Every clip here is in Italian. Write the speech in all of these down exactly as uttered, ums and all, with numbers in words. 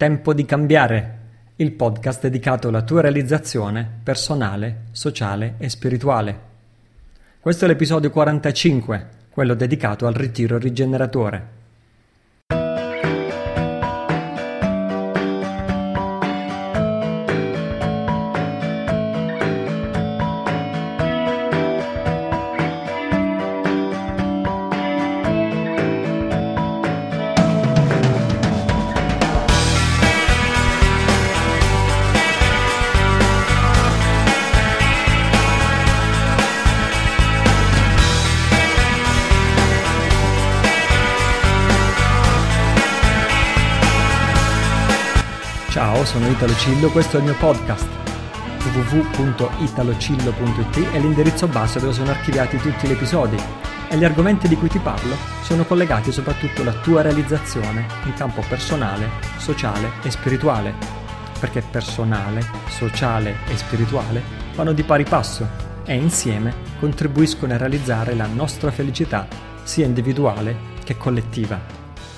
Tempo di cambiare, il podcast dedicato alla tua realizzazione personale, sociale e spirituale. Questo è l'episodio quarantacinque, quello dedicato al ritiro rigeneratore. Ciao, sono Italo Cillo, questo è il mio podcast. w w w punto italocillo punto it è l'indirizzo base dove sono archiviati tutti gli episodi e gli argomenti di cui ti parlo sono collegati soprattutto alla tua realizzazione in campo personale, sociale e spirituale, perché personale, sociale e spirituale vanno di pari passo e insieme contribuiscono a realizzare la nostra felicità sia individuale che collettiva.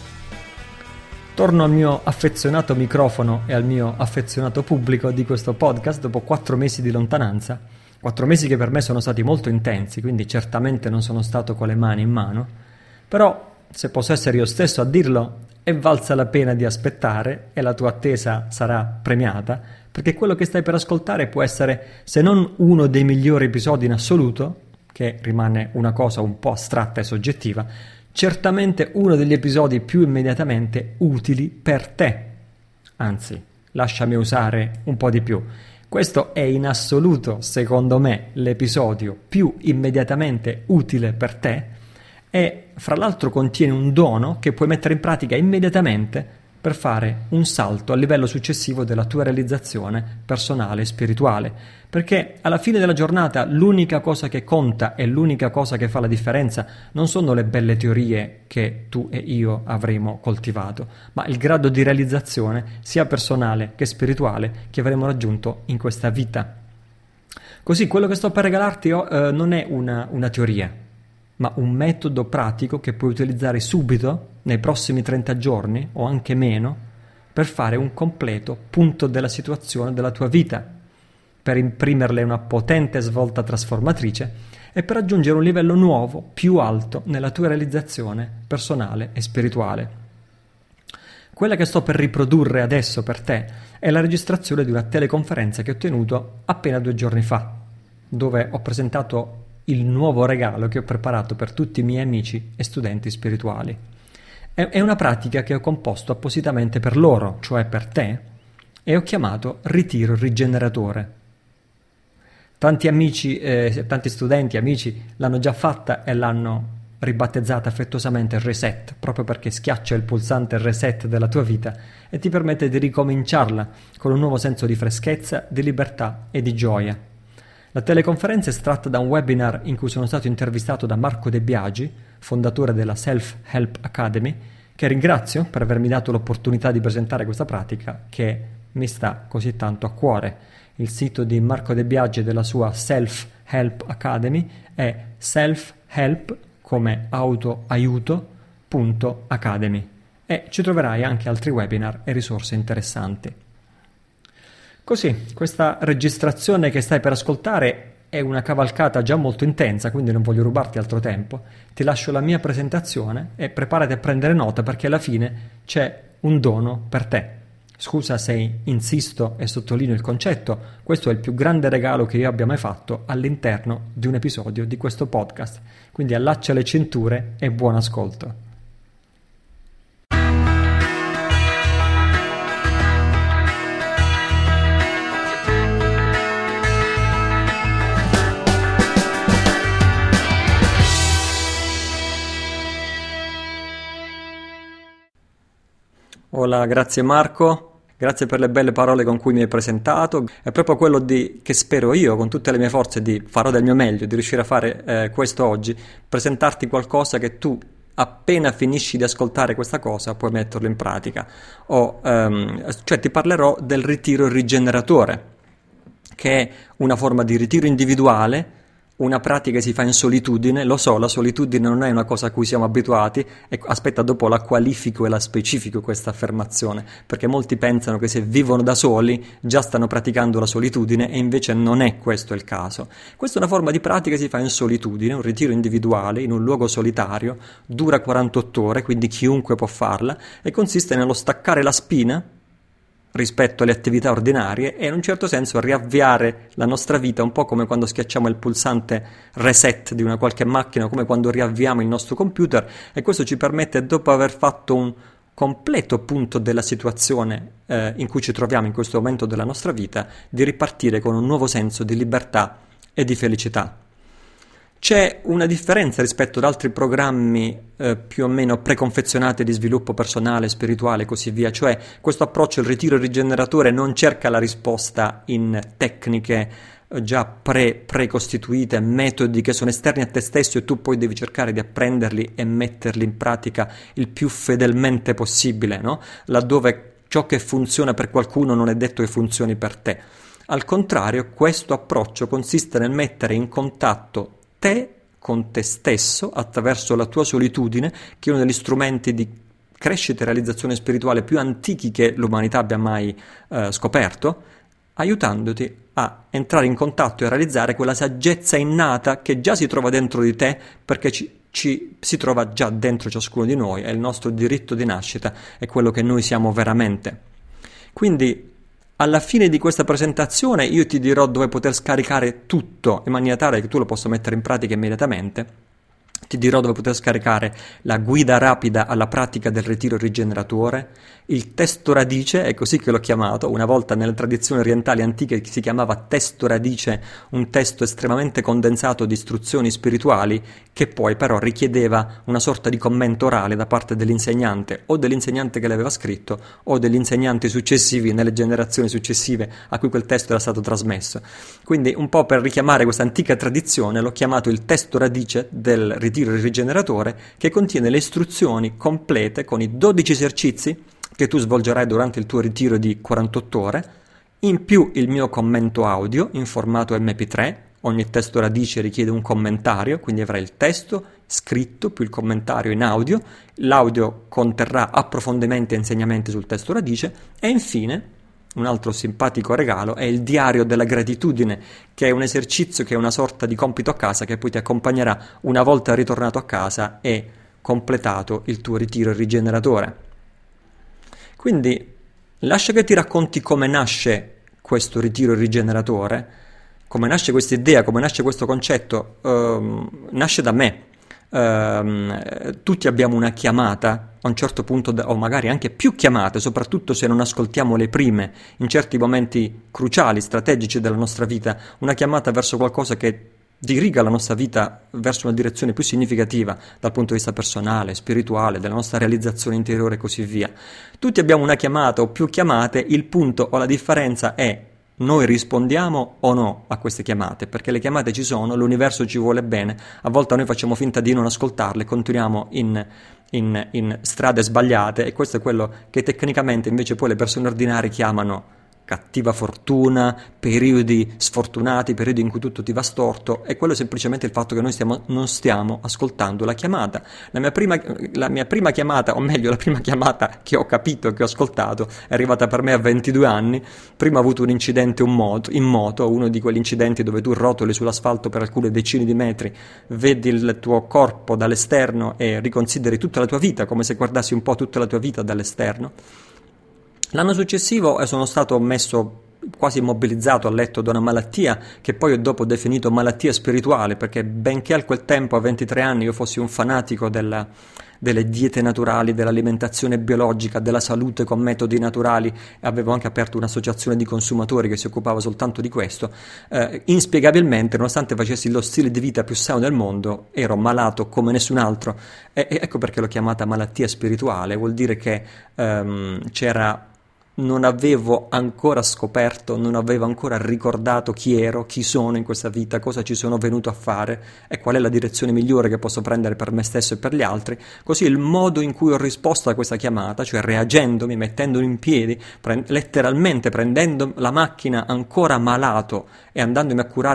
Torno al mio affezionato microfono e al mio affezionato pubblico di questo podcast dopo quattro mesi di lontananza, quattro mesi che per me sono stati molto intensi, quindi certamente non sono stato con le mani in mano, però se posso essere io stesso a dirlo, è valsa la pena di aspettare e la tua attesa sarà premiata, perché quello che stai per ascoltare può essere, se non uno dei migliori episodi in assoluto, che rimane una cosa un po' astratta e soggettiva, certamente uno degli episodi più immediatamente utili per te. Anzi, lasciami usare un po' di più. Questo è in assoluto, secondo me, l'episodio più immediatamente utile per te e, fra l'altro, contiene un dono che puoi mettere in pratica immediatamente per fare un salto al livello successivo della tua realizzazione personale e spirituale. Perché alla fine della giornata l'unica cosa che conta e l'unica cosa che fa la differenza non sono le belle teorie che tu e io avremo coltivato, ma il grado di realizzazione sia personale che spirituale che avremo raggiunto in questa vita. Così quello che sto per regalarti eh, non è una, una teoria, ma un metodo pratico che puoi utilizzare subito, nei prossimi trenta giorni o anche meno, per fare un completo punto della situazione della tua vita, per imprimerle una potente svolta trasformatrice e per raggiungere un livello nuovo, più alto nella tua realizzazione personale e spirituale. Quella che sto per riprodurre adesso per te è la registrazione di una teleconferenza che ho tenuto appena due giorni fa, dove ho presentato il nuovo regalo che ho preparato per tutti i miei amici e studenti spirituali. È una pratica che ho composto appositamente per loro, cioè per te, e ho chiamato ritiro rigeneratore. Tanti amici, eh, tanti studenti, amici l'hanno già fatta e l'hanno ribattezzata affettuosamente reset, proprio perché schiaccia il pulsante reset della tua vita e ti permette di ricominciarla con un nuovo senso di freschezza, di libertà e di gioia. La teleconferenza è estratta da un webinar in cui sono stato intervistato da Marco De Biagi, fondatore della Self Help Academy, che ringrazio per avermi dato l'opportunità di presentare questa pratica che mi sta così tanto a cuore. Il sito di Marco De Biagi e della sua Self Help Academy è self-help come autoaiuto punto academy e ci troverai anche altri webinar e risorse interessanti. Così, questa registrazione che stai per ascoltare è una cavalcata già molto intensa, quindi non voglio rubarti altro tempo. Ti lascio la mia presentazione e preparati a prendere nota perché alla fine c'è un dono per te. Scusa se insisto e sottolineo il concetto, questo è il più grande regalo che io abbia mai fatto all'interno di un episodio di questo podcast. Quindi allaccia le cinture e buon ascolto. Hola, grazie Marco, grazie per le belle parole con cui mi hai presentato. È proprio quello di, che spero io con tutte le mie forze di farò del mio meglio, di riuscire a fare eh, questo oggi, presentarti qualcosa che tu appena finisci di ascoltare questa cosa puoi metterlo in pratica. O, um, cioè ti parlerò del ritiro rigeneratore, che è una forma di ritiro individuale una pratica si fa in solitudine, lo so, la solitudine non è una cosa a cui siamo abituati, e aspetta, dopo la qualifico e la specifico questa affermazione, perché molti pensano che se vivono da soli già stanno praticando la solitudine, e invece non è questo il caso. Questa è una forma di pratica che si fa in solitudine, un ritiro individuale, in un luogo solitario, dura quarantotto ore, quindi chiunque può farla, e consiste nello staccare la spina rispetto alle attività ordinarie e in un certo senso riavviare la nostra vita, un po' come quando schiacciamo il pulsante reset di una qualche macchina, come quando riavviamo il nostro computer, e questo ci permette, dopo aver fatto un completo punto della situazione eh, in cui ci troviamo in questo momento della nostra vita, di ripartire con un nuovo senso di libertà e di felicità. C'è una differenza rispetto ad altri programmi eh, più o meno preconfezionati di sviluppo personale, spirituale e così via, cioè questo approccio, il ritiro rigeneratore, non cerca la risposta in tecniche eh, già pre, precostituite, metodi che sono esterni a te stesso e tu poi devi cercare di apprenderli e metterli in pratica il più fedelmente possibile, no? Laddove ciò che funziona per qualcuno non è detto che funzioni per te. Al contrario, questo approccio consiste nel mettere in contatto te con te stesso attraverso la tua solitudine, che è uno degli strumenti di crescita e realizzazione spirituale più antichi che l'umanità abbia mai eh, scoperto, aiutandoti a entrare in contatto e a realizzare quella saggezza innata che già si trova dentro di te, perché ci, ci, si trova già dentro ciascuno di noi, è il nostro diritto di nascita, è quello che noi siamo veramente. Quindi alla fine di questa presentazione io ti dirò dove poter scaricare tutto in maniera tale che tu lo possa mettere in pratica immediatamente. Ti dirò dove poter scaricare la guida rapida alla pratica del ritiro rigeneratore, il testo radice, è così che l'ho chiamato, una volta nelle tradizioni orientali antiche si chiamava testo radice, un testo estremamente condensato di istruzioni spirituali che poi però richiedeva una sorta di commento orale da parte dell'insegnante, o dell'insegnante che l'aveva scritto o degli insegnanti successivi nelle generazioni successive a cui quel testo era stato trasmesso. Quindi un po' per richiamare questa antica tradizione l'ho chiamato il testo radice del ritiro rigeneratore, che contiene le istruzioni complete con i dodici esercizi che tu svolgerai durante il tuo ritiro di quarantotto ore, in più il mio commento audio in formato emme pi tre, ogni testo radice richiede un commentario, quindi avrai il testo scritto più il commentario in audio, l'audio conterrà approfondimenti e insegnamenti sul testo radice, e infine un altro simpatico regalo è il diario della gratitudine, che è un esercizio, che è una sorta di compito a casa che poi ti accompagnerà una volta ritornato a casa e completato il tuo ritiro rigeneratore. Quindi lascia che ti racconti come nasce questo ritiro rigeneratore, come nasce questa idea, come nasce questo concetto. Um, nasce da me. Um, tutti abbiamo una chiamata a un certo punto, da, o magari anche più chiamate, soprattutto se non ascoltiamo le prime in certi momenti cruciali, strategici della nostra vita, una chiamata verso qualcosa che diriga la nostra vita verso una direzione più significativa dal punto di vista personale, spirituale, della nostra realizzazione interiore e così via. Tutti abbiamo una chiamata o più chiamate, il punto o la differenza è: noi rispondiamo o no a queste chiamate, perché le chiamate ci sono, l'universo ci vuole bene, a volte noi facciamo finta di non ascoltarle, continuiamo in, in, in strade sbagliate, e questo è quello che tecnicamente invece poi le persone ordinarie chiamano cattiva fortuna, periodi sfortunati, periodi in cui tutto ti va storto, e quello è semplicemente il fatto che noi stiamo, non stiamo ascoltando la chiamata. La mia, prima, la mia prima chiamata, o meglio la prima chiamata che ho capito, che ho ascoltato, è arrivata per me a ventidue anni. Prima ho avuto un incidente un moto, in moto, uno di quegli incidenti dove tu rotoli sull'asfalto per alcune decine di metri, vedi il tuo corpo dall'esterno e riconsideri tutta la tua vita, come se guardassi un po' tutta la tua vita dall'esterno. L'anno successivo sono stato messo quasi immobilizzato a letto da una malattia che poi ho dopo definito malattia spirituale, perché benché a quel tempo, a ventitré anni, io fossi un fanatico della, delle diete naturali, dell'alimentazione biologica, della salute con metodi naturali, avevo anche aperto un'associazione di consumatori che si occupava soltanto di questo, eh, inspiegabilmente, nonostante facessi lo stile di vita più sano del mondo, ero malato come nessun altro, e, e ecco perché l'ho chiamata malattia spirituale. Vuol dire che ehm, c'era non avevo ancora scoperto, non avevo ancora ricordato chi ero, chi sono in questa vita, cosa ci sono venuto a fare e qual è la direzione migliore che posso prendere per me stesso e per gli altri. Così il modo in cui ho risposto a questa chiamata, cioè reagendomi, mettendomi in piedi, pre- letteralmente prendendo la macchina ancora malato e andandomi a curare con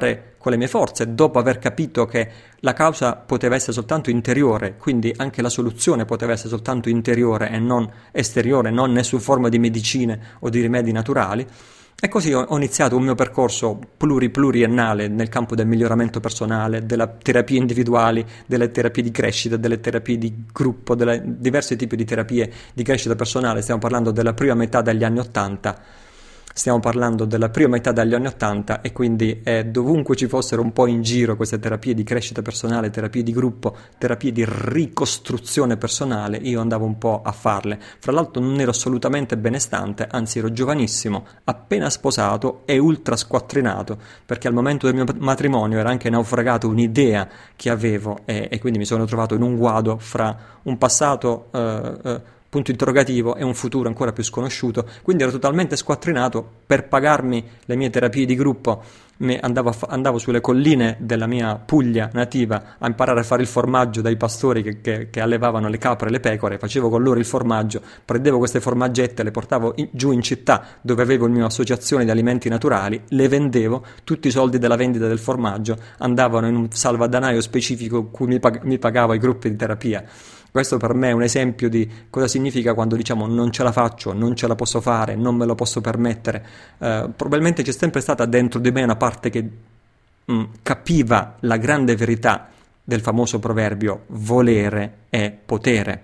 con le mie forze, dopo aver capito che la causa poteva essere soltanto interiore, quindi anche la soluzione poteva essere soltanto interiore e non esteriore, non nessun forma di medicine o di rimedi naturali. E così ho iniziato un mio percorso pluri pluriennale nel campo del miglioramento personale, della terapia individuali, delle terapie di crescita, delle terapie di gruppo, delle diversi tipi di terapie di crescita personale. Stiamo parlando della prima metà degli anni Ottanta. Stiamo parlando della prima metà degli anni Ottanta e quindi eh, dovunque ci fossero un po' in giro queste terapie di crescita personale, terapie di gruppo, terapie di ricostruzione personale, io andavo un po' a farle. Fra l'altro non ero assolutamente benestante, anzi ero giovanissimo, appena sposato e ultra squattrinato, perché al momento del mio matrimonio era anche naufragato un'idea che avevo e, e quindi mi sono trovato in un guado fra un passato eh, eh, punto interrogativo e un futuro ancora più sconosciuto, quindi ero totalmente squattrinato. Per pagarmi le mie terapie di gruppo andavo, a fa- andavo sulle colline della mia Puglia nativa a imparare a fare il formaggio dai pastori che, che, che allevavano le capre e le pecore, facevo con loro il formaggio, prendevo queste formaggette, le portavo in, giù in città dove avevo il mio associazione di alimenti naturali, le vendevo, tutti i soldi della vendita del formaggio andavano in un salvadanaio specifico cui mi, pag- mi pagavo i gruppi di terapia. Questo per me è un esempio di cosa significa quando diciamo non ce la faccio, non ce la posso fare, non me lo posso permettere. Eh, probabilmente c'è sempre stata dentro di me una parte che mh, capiva la grande verità del famoso proverbio volere è potere.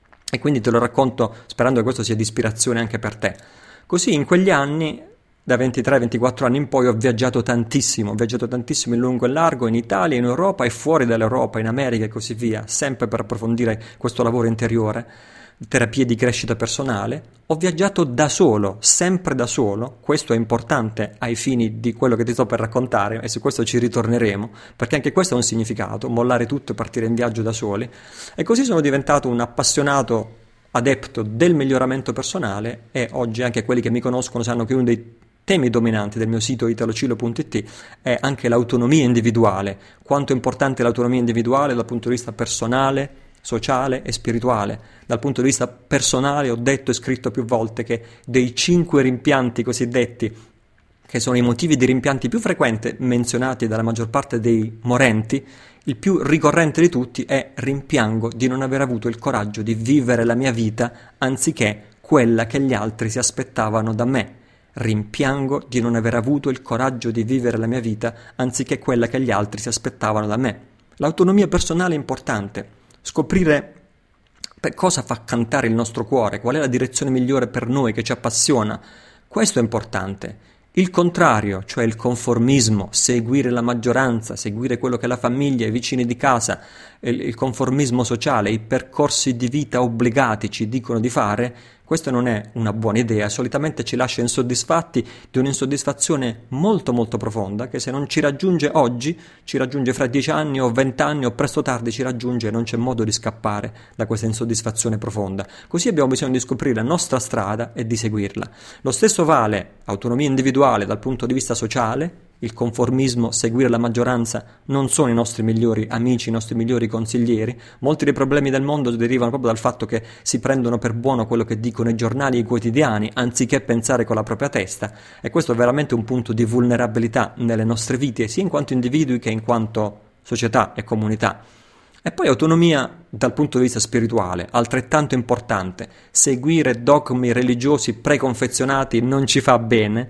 E quindi te lo racconto sperando che questo sia di ispirazione anche per te. Così in quegli anni, da ventitré ventiquattro anni in poi, ho viaggiato tantissimo, ho viaggiato tantissimo in lungo e largo, in Italia, in Europa e fuori dall'Europa, in America e così via, sempre per approfondire questo lavoro interiore, terapie di crescita personale. Ho viaggiato da solo, sempre da solo, questo è importante ai fini di quello che ti sto per raccontare e su questo ci ritorneremo, perché anche questo ha un significato, mollare tutto e partire in viaggio da soli. E così sono diventato un appassionato adepto del miglioramento personale e oggi anche quelli che mi conoscono sanno che uno dei temi dominanti del mio sito italocilo punto it è anche l'autonomia individuale, quanto è importante l'autonomia individuale dal punto di vista personale, sociale e spirituale. Dal punto di vista personale ho detto e scritto più volte che dei cinque rimpianti cosiddetti, che sono i motivi di rimpianti più frequenti menzionati dalla maggior parte dei morenti, il più ricorrente di tutti è rimpiango di non aver avuto il coraggio di vivere la mia vita anziché quella che gli altri si aspettavano da me. Rimpiango di non aver avuto il coraggio di vivere la mia vita anziché quella che gli altri si aspettavano da me. L'autonomia personale è importante. Scoprire per cosa fa cantare il nostro cuore, qual è la direzione migliore per noi che ci appassiona, questo è importante. Il contrario, cioè il conformismo, seguire la maggioranza, seguire quello che la famiglia, i vicini di casa, il, il conformismo sociale, i percorsi di vita obbligati ci dicono di fare, questo non è una buona idea, solitamente ci lascia insoddisfatti di un'insoddisfazione molto molto profonda che se non ci raggiunge oggi, ci raggiunge fra dieci anni o venti anni o presto o tardi ci raggiunge e non c'è modo di scappare da questa insoddisfazione profonda. Così abbiamo bisogno di scoprire la nostra strada e di seguirla. Lo stesso vale autonomia individuale dal punto di vista sociale. Il conformismo, seguire la maggioranza non sono i nostri migliori amici, i nostri migliori consiglieri. Molti dei problemi del mondo derivano proprio dal fatto che si prendono per buono quello che dicono i giornali e i quotidiani anziché pensare con la propria testa, e questo è veramente un punto di vulnerabilità nelle nostre vite sia in quanto individui che in quanto società e comunità. E poi autonomia dal punto di vista spirituale, altrettanto importante. Seguire dogmi religiosi preconfezionati non ci fa bene.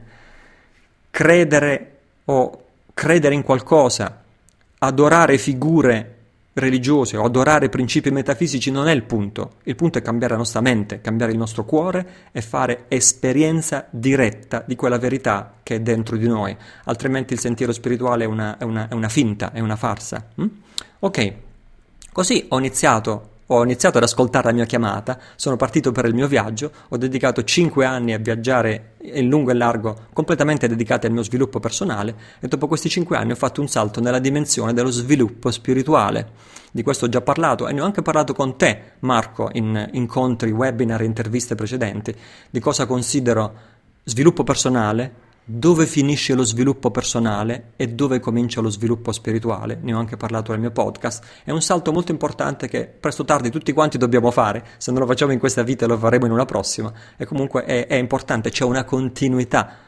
Credere o credere in qualcosa, adorare figure religiose o adorare principi metafisici non è il punto. Il punto è cambiare la nostra mente, cambiare il nostro cuore e fare esperienza diretta di quella verità che è dentro di noi. Altrimenti il sentiero spirituale è una, è una, è una finta, è una farsa. Hm? Ok, così ho iniziato Ho iniziato ad ascoltare la mia chiamata, sono partito per il mio viaggio, ho dedicato cinque anni a viaggiare in lungo e largo, completamente dedicati al mio sviluppo personale, e dopo questi cinque anni ho fatto un salto nella dimensione dello sviluppo spirituale. Di questo ho già parlato e ne ho anche parlato con te, Marco, in incontri, webinar e interviste precedenti, di cosa considero sviluppo personale, dove finisce lo sviluppo personale e dove comincia lo sviluppo spirituale. Ne ho anche parlato nel mio podcast. È un salto molto importante che presto o tardi tutti quanti dobbiamo fare. Se non lo facciamo in questa vita lo faremo in una prossima, e comunque è, è importante, c'è una continuità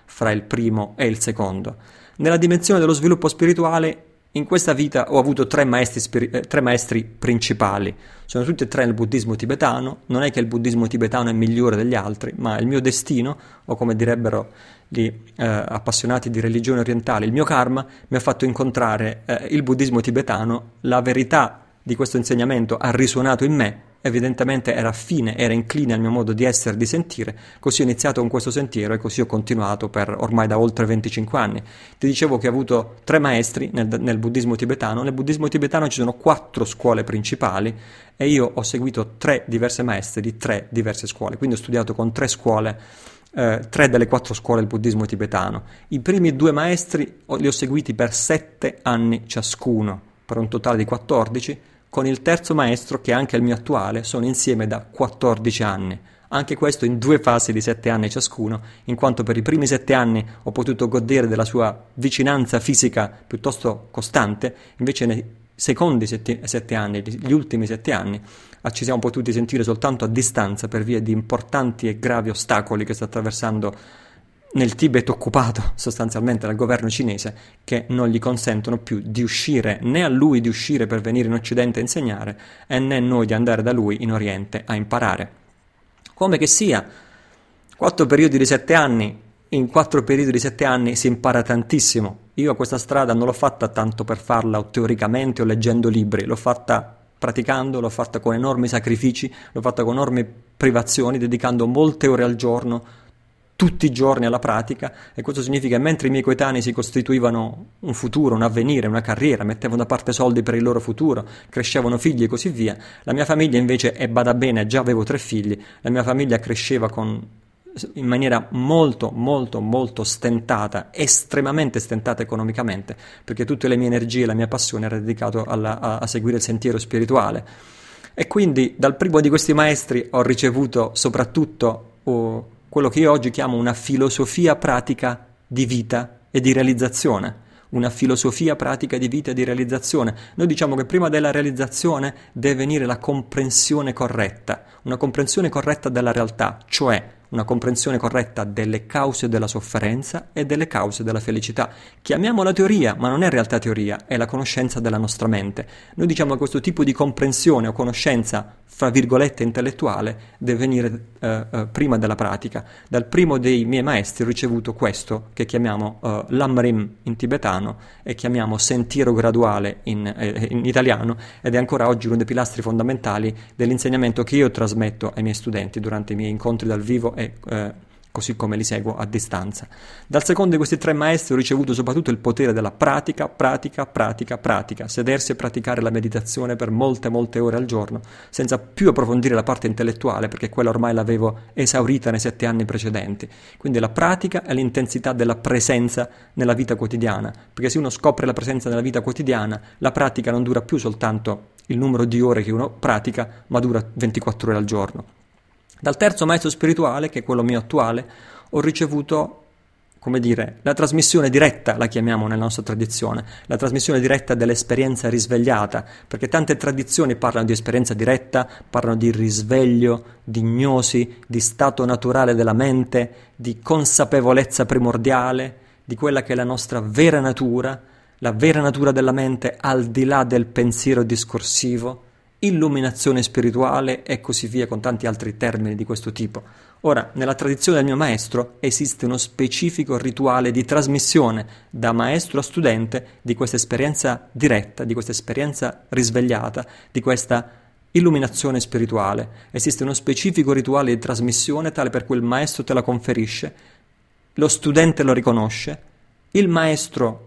fra il primo e il secondo. Nella dimensione dello sviluppo spirituale, in questa vita ho avuto tre maestri, spiri- eh, tre maestri principali. Sono tutti e tre nel buddismo tibetano. Non è che il buddismo tibetano è migliore degli altri, ma il mio destino, o come direbbero gli eh, appassionati di religione orientale, il mio karma mi ha fatto incontrare eh, il buddismo tibetano. La verità di questo insegnamento ha risuonato in me, evidentemente era affine, era incline al mio modo di essere, di sentire, così ho iniziato con questo sentiero e così ho continuato per ormai da oltre venticinque anni. Ti dicevo che ho avuto tre maestri nel, nel buddismo tibetano. Nel buddismo tibetano ci sono quattro scuole principali e io ho seguito tre diverse maestri di tre diverse scuole, quindi ho studiato con tre scuole, eh, tre delle quattro scuole del buddismo tibetano. I primi due maestri li ho seguiti per sette anni ciascuno, per un totale di quattordici. Con il terzo maestro, che è anche il mio attuale, sono insieme da quattordici anni. Anche questo in due fasi di sette anni ciascuno, in quanto per i primi sette anni ho potuto godere della sua vicinanza fisica piuttosto costante, invece nei secondi sette, sette anni, gli ultimi sette anni, ci siamo potuti sentire soltanto a distanza per via di importanti e gravi ostacoli che sta attraversando nel Tibet occupato sostanzialmente dal governo cinese, che non gli consentono più di uscire, né a lui di uscire per venire in Occidente a insegnare e né noi di andare da lui in Oriente a imparare. Come che sia, quattro periodi di sette anni, in quattro periodi di sette anni si impara tantissimo. Io questa strada non l'ho fatta tanto per farla o teoricamente o leggendo libri, l'ho fatta praticando, l'ho fatta con enormi sacrifici, l'ho fatta con enormi privazioni, dedicando molte ore al giorno, tutti i giorni alla pratica, e questo significa che mentre i miei coetanei si costituivano un futuro, un avvenire, una carriera, mettevano da parte soldi per il loro futuro, crescevano figli e così via, la mia famiglia invece, e bada bene, già avevo tre figli, la mia famiglia cresceva con, in maniera molto, molto, molto stentata, estremamente stentata economicamente, perché tutte le mie energie e la mia passione era dedicato alla, a, a seguire il sentiero spirituale. E quindi dal primo di questi maestri ho ricevuto soprattutto oh, quello che io oggi chiamo una filosofia pratica di vita e di realizzazione. Una filosofia pratica di vita e di realizzazione. Noi diciamo che prima della realizzazione deve venire la comprensione corretta, una comprensione corretta della realtà, cioè una comprensione corretta delle cause della sofferenza e delle cause della felicità. Chiamiamola teoria, ma non è in realtà teoria, è la conoscenza della nostra mente. Noi diciamo che questo tipo di comprensione o conoscenza, fra virgolette, intellettuale, deve venire eh, eh, prima della pratica. Dal primo dei miei maestri ho ricevuto questo, che chiamiamo eh, Lamrim in tibetano e chiamiamo sentiero graduale in, eh, in italiano, ed è ancora oggi uno dei pilastri fondamentali dell'insegnamento che io trasmetto ai miei studenti durante i miei incontri dal vivo e eh, così come li seguo a distanza. Dal secondo di questi tre maestri ho ricevuto soprattutto il potere della pratica, pratica, pratica, pratica, sedersi e praticare la meditazione per molte, molte ore al giorno, senza più approfondire la parte intellettuale, perché quella ormai l'avevo esaurita nei sette anni precedenti. Quindi la pratica è l'intensità della presenza nella vita quotidiana, perché se uno scopre la presenza nella vita quotidiana, la pratica non dura più soltanto il numero di ore che uno pratica, ma dura ventiquattro ore al giorno. Dal terzo maestro spirituale, che è quello mio attuale, ho ricevuto, come dire, la trasmissione diretta, la chiamiamo nella nostra tradizione, la trasmissione diretta dell'esperienza risvegliata, perché tante tradizioni parlano di esperienza diretta, parlano di risveglio, di gnosi, di stato naturale della mente, di consapevolezza primordiale, di quella che è la nostra vera natura, la vera natura della mente al di là del pensiero discorsivo, illuminazione spirituale e così via, con tanti altri termini di questo tipo. Ora, nella tradizione del mio maestro esiste uno specifico rituale di trasmissione da maestro a studente di questa esperienza diretta, di questa esperienza risvegliata, di questa illuminazione spirituale. Esiste uno specifico rituale di trasmissione tale per cui il maestro te la conferisce, lo studente lo riconosce, il maestro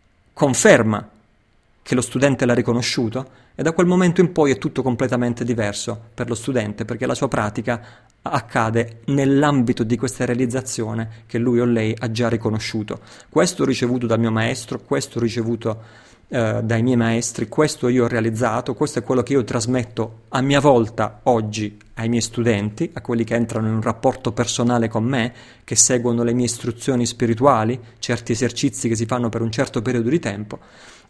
conferma che lo studente l'ha riconosciuto, e da quel momento in poi è tutto completamente diverso per lo studente, perché la sua pratica accade nell'ambito di questa realizzazione che lui o lei ha già riconosciuto. Questo ho ricevuto dal mio maestro, questo ho ricevuto eh, dai miei maestri, questo io ho realizzato, questo è quello che io trasmetto a mia volta oggi ai miei studenti, a quelli che entrano in un rapporto personale con me, che seguono le mie istruzioni spirituali, certi esercizi che si fanno per un certo periodo di tempo.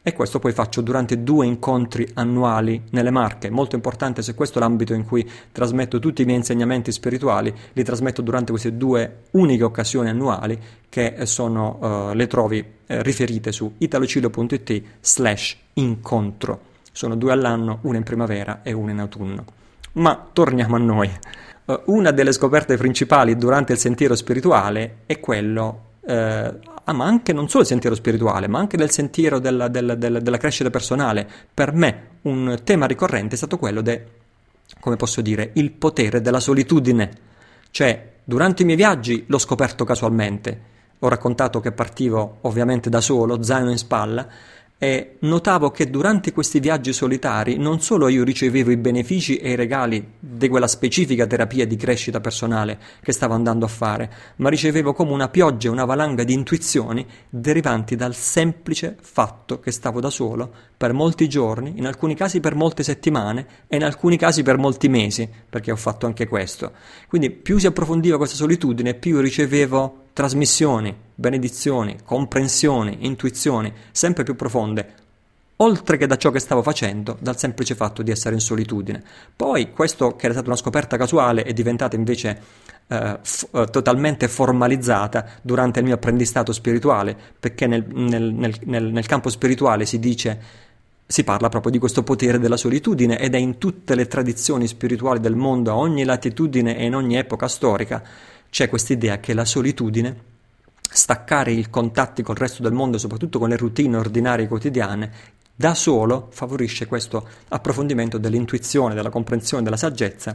E questo poi faccio durante due incontri annuali nelle Marche. Molto importante, se questo è l'ambito in cui trasmetto tutti i miei insegnamenti spirituali, li trasmetto durante queste due uniche occasioni annuali che sono, uh, le trovi eh, riferite su italocilio.it slash incontro. Sono due all'anno, una in primavera e una in autunno. Ma torniamo a noi. Uh, una delle scoperte principali durante il sentiero spirituale è quello Eh, ah, ma anche non solo il sentiero spirituale, ma anche del sentiero della, della, della, della crescita personale. Per me un tema ricorrente è stato quello de, come posso dire, il potere della solitudine. Cioè, durante i miei viaggi l'ho scoperto casualmente. Ho raccontato che partivo ovviamente da solo, zaino in spalla, e notavo che durante questi viaggi solitari non solo io ricevevo i benefici e i regali di quella specifica terapia di crescita personale che stavo andando a fare, ma ricevevo come una pioggia e una valanga di intuizioni derivanti dal semplice fatto che stavo da solo per molti giorni, in alcuni casi per molte settimane e in alcuni casi per molti mesi, perché ho fatto anche questo. Quindi più si approfondiva questa solitudine, più ricevevo trasmissioni, benedizioni, comprensioni, intuizioni sempre più profonde, oltre che da ciò che stavo facendo, dal semplice fatto di essere in solitudine. Poi questo, che era stata una scoperta casuale, è diventata invece eh, f- eh, totalmente formalizzata durante il mio apprendistato spirituale, perché nel, nel, nel, nel, nel campo spirituale si dice, si parla proprio di questo potere della solitudine, ed è in tutte le tradizioni spirituali del mondo, a ogni latitudine e in ogni epoca storica, c'è questa idea che la solitudine, staccare i contatti col resto del mondo, soprattutto con le routine ordinarie quotidiane, da solo favorisce questo approfondimento dell'intuizione, della comprensione, della saggezza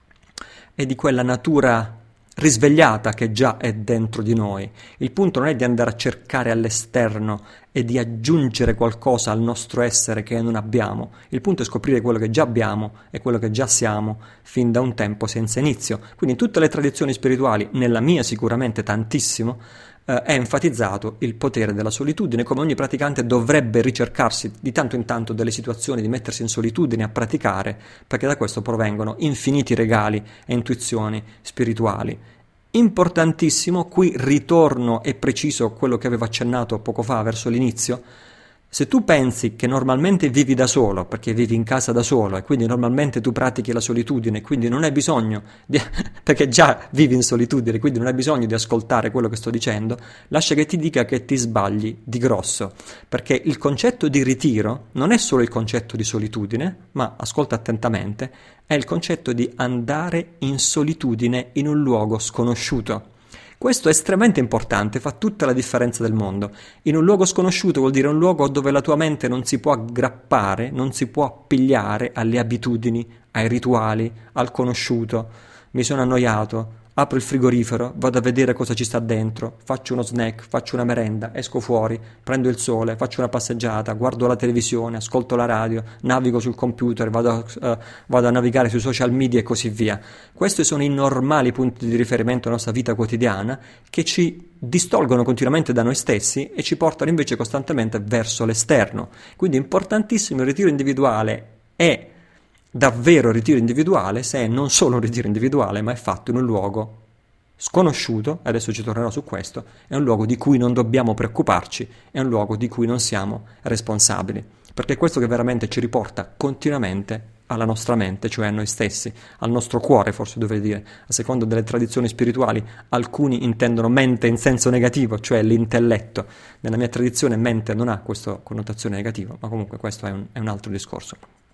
e di quella natura risvegliata che già è dentro di noi. Il punto non è di andare a cercare all'esterno e di aggiungere qualcosa al nostro essere che non abbiamo. Il punto è scoprire quello che già abbiamo e quello che già siamo fin da un tempo senza inizio. Quindi in tutte le tradizioni spirituali, nella mia sicuramente tantissimo, eh, è enfatizzato il potere della solitudine, come ogni praticante dovrebbe ricercarsi di tanto in tanto delle situazioni di mettersi in solitudine a praticare, perché da questo provengono infiniti regali e intuizioni spirituali. Importantissimo, qui ritorno e preciso quello che avevo accennato poco fa verso l'inizio. Se tu pensi che normalmente vivi da solo, perché vivi in casa da solo e quindi normalmente tu pratichi la solitudine, quindi non hai bisogno di, perché già vivi in solitudine, quindi non hai bisogno di ascoltare quello che sto dicendo, lascia che ti dica che ti sbagli di grosso, perché il concetto di ritiro non è solo il concetto di solitudine, ma ascolta attentamente, è il concetto di andare in solitudine in un luogo sconosciuto. Questo è estremamente importante, fa tutta la differenza del mondo. In un luogo sconosciuto vuol dire un luogo dove la tua mente non si può aggrappare, non si può appigliare alle abitudini, ai rituali, al conosciuto. Mi sono annoiato, apro il frigorifero, vado a vedere cosa ci sta dentro, faccio uno snack, faccio una merenda, esco fuori, prendo il sole, faccio una passeggiata, guardo la televisione, ascolto la radio, navigo sul computer, vado a, uh, vado a navigare sui social media e così via. Questi sono i normali punti di riferimento della nostra vita quotidiana che ci distolgono continuamente da noi stessi e ci portano invece costantemente verso l'esterno. Quindi è importantissimo il ritiro individuale è davvero ritiro individuale se è non solo un ritiro individuale, ma è fatto in un luogo sconosciuto, adesso ci tornerò su questo, è un luogo di cui non dobbiamo preoccuparci, è un luogo di cui non siamo responsabili, perché è questo che veramente ci riporta continuamente alla nostra mente, cioè a noi stessi, al nostro cuore, forse dovrei dire, a seconda delle tradizioni spirituali. Alcuni intendono mente in senso negativo, cioè l'intelletto. Nella mia tradizione mente non ha questa connotazione negativa, ma comunque questo è un, è un altro discorso.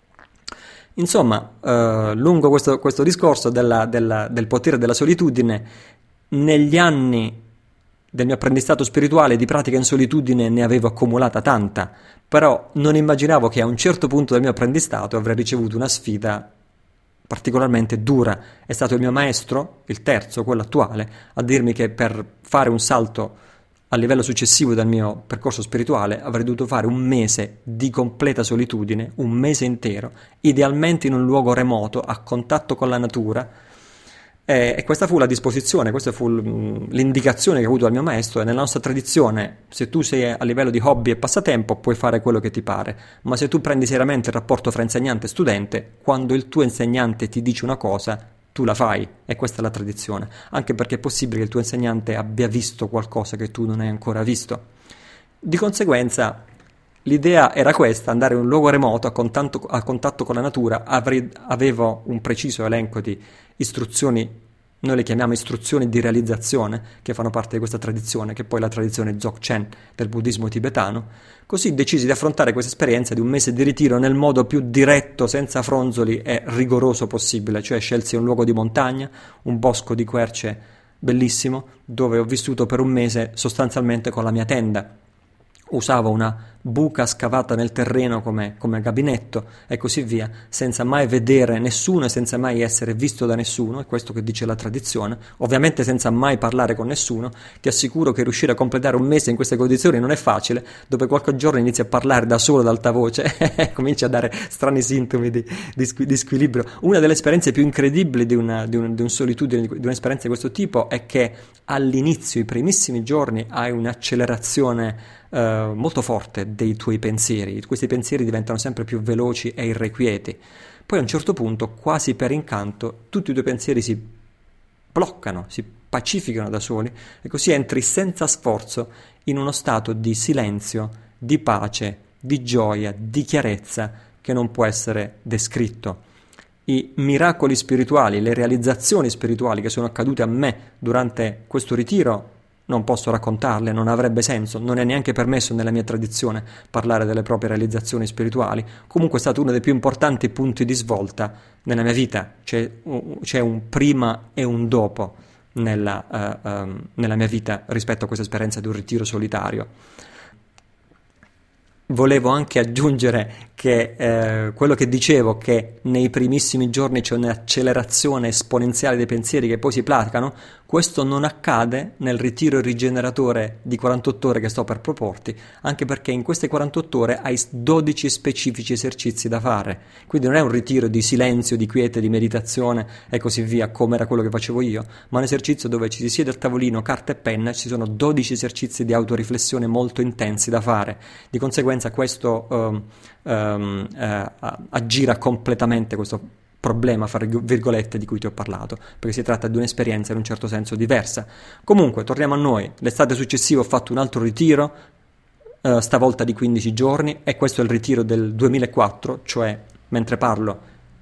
Insomma, eh, lungo questo, questo discorso della, della, del potere della solitudine, negli anni del mio apprendistato spirituale di pratica in solitudine ne avevo accumulata tanta, però non immaginavo che a un certo punto del mio apprendistato avrei ricevuto una sfida particolarmente dura. È stato il mio maestro, il terzo, quello attuale, a dirmi che per fare un salto a livello successivo del mio percorso spirituale avrei dovuto fare un mese di completa solitudine, un mese intero, idealmente in un luogo remoto, a contatto con la natura, e, e questa fu la disposizione, questa fu l'indicazione che ho avuto dal mio maestro. E nella nostra tradizione, se tu sei a livello di hobby e passatempo, puoi fare quello che ti pare, ma se tu prendi seriamente il rapporto fra insegnante e studente, quando il tuo insegnante ti dice una cosa, tu la fai, e questa è la tradizione, anche perché è possibile che il tuo insegnante abbia visto qualcosa che tu non hai ancora visto. Di conseguenza L'idea era questa, andare in un luogo remoto a contatto, a contatto con la natura. Avrei, avevo un preciso elenco di istruzioni, noi le chiamiamo istruzioni di realizzazione, che fanno parte di questa tradizione, che è poi la tradizione Dzogchen del buddismo tibetano. Così decisi di affrontare questa esperienza di un mese di ritiro nel modo più diretto, senza fronzoli e rigoroso possibile, cioè scelsi un luogo di montagna, un bosco di querce bellissimo, dove ho vissuto per un mese sostanzialmente con la mia tenda. Usavo una buca scavata nel terreno come, come gabinetto e così via, senza mai vedere nessuno e senza mai essere visto da nessuno, è questo che dice la tradizione, ovviamente senza mai parlare con nessuno. Ti assicuro che riuscire a completare un mese in queste condizioni non è facile, dopo qualche giorno inizi a parlare da solo ad alta voce e cominci a dare strani sintomi di, di, di squilibrio. Una delle esperienze più incredibili di una, di un, di un solitudine, di un'esperienza di questo tipo, è che all'inizio, i primissimi giorni, hai un'accelerazione Uh, molto forte dei tuoi pensieri. Questi pensieri diventano sempre più veloci e irrequieti. Poi a un certo punto, quasi per incanto, tutti i tuoi pensieri si bloccano, si pacificano da soli e così entri senza sforzo in uno stato di silenzio, di pace, di gioia, di chiarezza che non può essere descritto. I miracoli spirituali, le realizzazioni spirituali che sono accadute a me durante questo ritiro non posso raccontarle, non avrebbe senso, non è neanche permesso nella mia tradizione parlare delle proprie realizzazioni spirituali. Comunque è stato uno dei più importanti punti di svolta nella mia vita. C'è, c'è un prima e un dopo nella, uh, um, nella mia vita rispetto a questa esperienza di un ritiro solitario. Volevo anche aggiungere che eh, quello che dicevo, che nei primissimi giorni c'è un'accelerazione esponenziale dei pensieri che poi si placano, questo non accade nel ritiro rigeneratore di quarantotto ore che sto per proporti, anche perché in queste quarantotto ore hai dodici specifici esercizi da fare. Quindi non è un ritiro di silenzio, di quiete, di meditazione e così via, come era quello che facevo io, ma un esercizio dove ci si siede al tavolino, carta e penna, e ci sono dodici esercizi di autoriflessione molto intensi da fare. Di conseguenza questo um, um, uh, aggira completamente questo problema, fra virgolette, di cui ti ho parlato, perché si tratta di un'esperienza in un certo senso diversa. Comunque, torniamo a noi. L'estate successiva ho fatto un altro ritiro, uh, stavolta di quindici giorni, e questo è il ritiro del duemilaquattro, cioè, mentre parlo,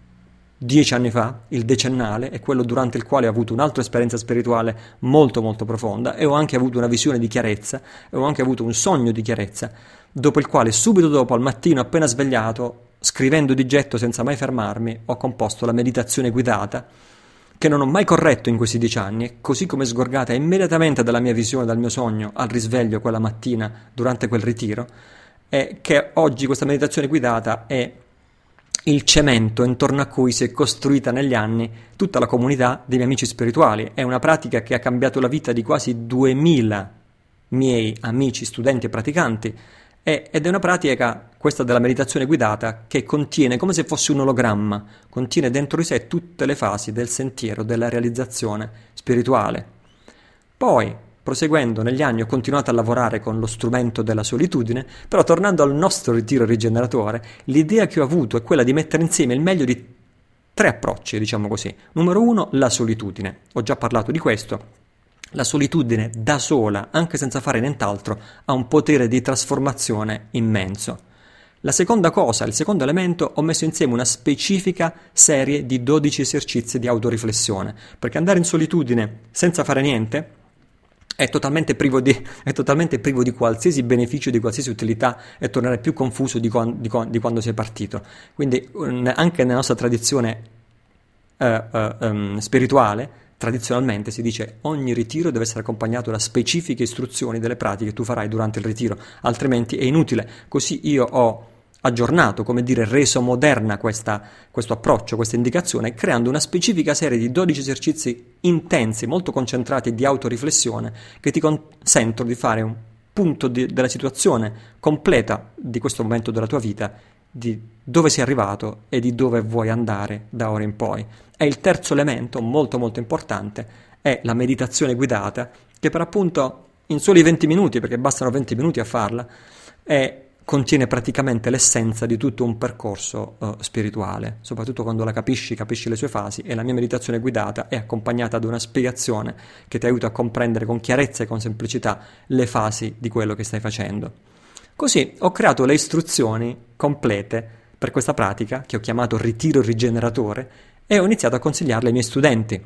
dieci anni fa, il decennale, è quello durante il quale ho avuto un'altra esperienza spirituale molto molto profonda, e ho anche avuto una visione di chiarezza, e ho anche avuto un sogno di chiarezza, dopo il quale, subito dopo, al mattino appena svegliato, scrivendo di getto senza mai fermarmi, ho composto la meditazione guidata, che non ho mai corretto in questi dieci anni, così come sgorgata immediatamente dalla mia visione, dal mio sogno, al risveglio quella mattina durante quel ritiro, e che oggi questa meditazione guidata è il cemento intorno a cui si è costruita negli anni tutta la comunità dei miei amici spirituali. È una pratica che ha cambiato la vita di quasi duemila miei amici, studenti e praticanti, ed è una pratica, questa della meditazione guidata, che contiene, come se fosse un ologramma, contiene dentro di sé tutte le fasi del sentiero della realizzazione spirituale. Poi, proseguendo negli anni, ho continuato a lavorare con lo strumento della solitudine, però tornando al nostro ritiro rigeneratore, l'idea che ho avuto è quella di mettere insieme il meglio di tre approcci, diciamo così. Numero uno, la solitudine. Ho già parlato di questo. La solitudine da sola, anche senza fare nient'altro, ha un potere di trasformazione immenso. La seconda cosa, il secondo elemento, ho messo insieme una specifica serie di dodici esercizi di autoriflessione, perché andare in solitudine senza fare niente è totalmente privo di, è totalmente privo di qualsiasi beneficio, di qualsiasi utilità, e tornare più confuso di, con, di, con, di quando sei partito. Quindi anche nella nostra tradizione uh, uh, um, spirituale, tradizionalmente si dice ogni ritiro deve essere accompagnato da specifiche istruzioni delle pratiche che tu farai durante il ritiro, altrimenti è inutile. Così io ho aggiornato, come dire, reso moderna questa, questo approccio, questa indicazione, creando una specifica serie di dodici esercizi intensi, molto concentrati di autoriflessione, che ti consentono di fare un punto di, della situazione completa di questo momento della tua vita, di dove sei arrivato e di dove vuoi andare da ora in poi. E il terzo elemento, molto molto importante, è la meditazione guidata, che per appunto in soli venti minuti, perché bastano venti minuti a farla, è, contiene praticamente l'essenza di tutto un percorso uh, spirituale, soprattutto quando la capisci, capisci le sue fasi, e la mia meditazione guidata è accompagnata da una spiegazione che ti aiuta a comprendere con chiarezza e con semplicità le fasi di quello che stai facendo. Così ho creato le istruzioni complete per questa pratica, che ho chiamato ritiro rigeneratore, e ho iniziato a consigliarle ai miei studenti.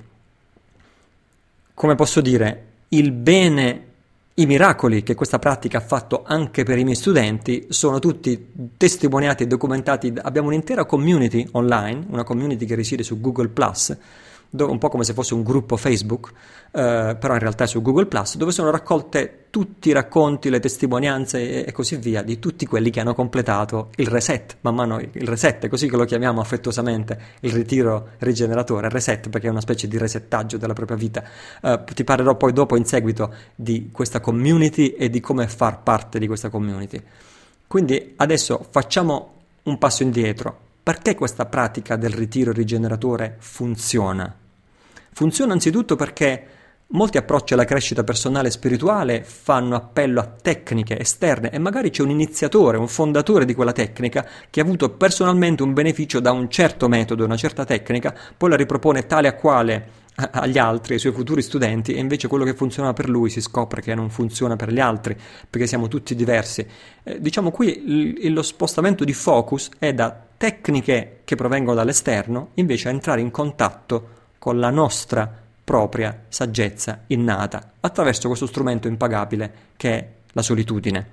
Come posso dire, il bene, i miracoli che questa pratica ha fatto anche per i miei studenti sono tutti testimoniati e documentati. Abbiamo un'intera community online, una community che risiede su Google Plus, dove, un po' come se fosse un gruppo Facebook, eh, però in realtà è su Google Plus, dove sono raccolte tutti i racconti, le testimonianze e, e così via di tutti quelli che hanno completato il reset, man mano il reset, è così che lo chiamiamo affettuosamente, il ritiro rigeneratore, reset, perché è una specie di resettaggio della propria vita. Eh, ti parlerò poi dopo in seguito di questa community e di come far parte di questa community. Quindi adesso facciamo un passo indietro. Perché questa pratica del ritiro rigeneratore funziona? Funziona anzitutto perché molti approcci alla crescita personale e spirituale fanno appello a tecniche esterne e magari c'è un iniziatore, un fondatore di quella tecnica che ha avuto personalmente un beneficio da un certo metodo, una certa tecnica, poi la ripropone tale a quale agli altri, ai suoi futuri studenti, e invece quello che funziona per lui si scopre che non funziona per gli altri, perché siamo tutti diversi. Eh, diciamo qui il, lo spostamento di focus è da tecniche che provengono dall'esterno invece a entrare in contatto con la nostra propria saggezza innata attraverso questo strumento impagabile che è la solitudine.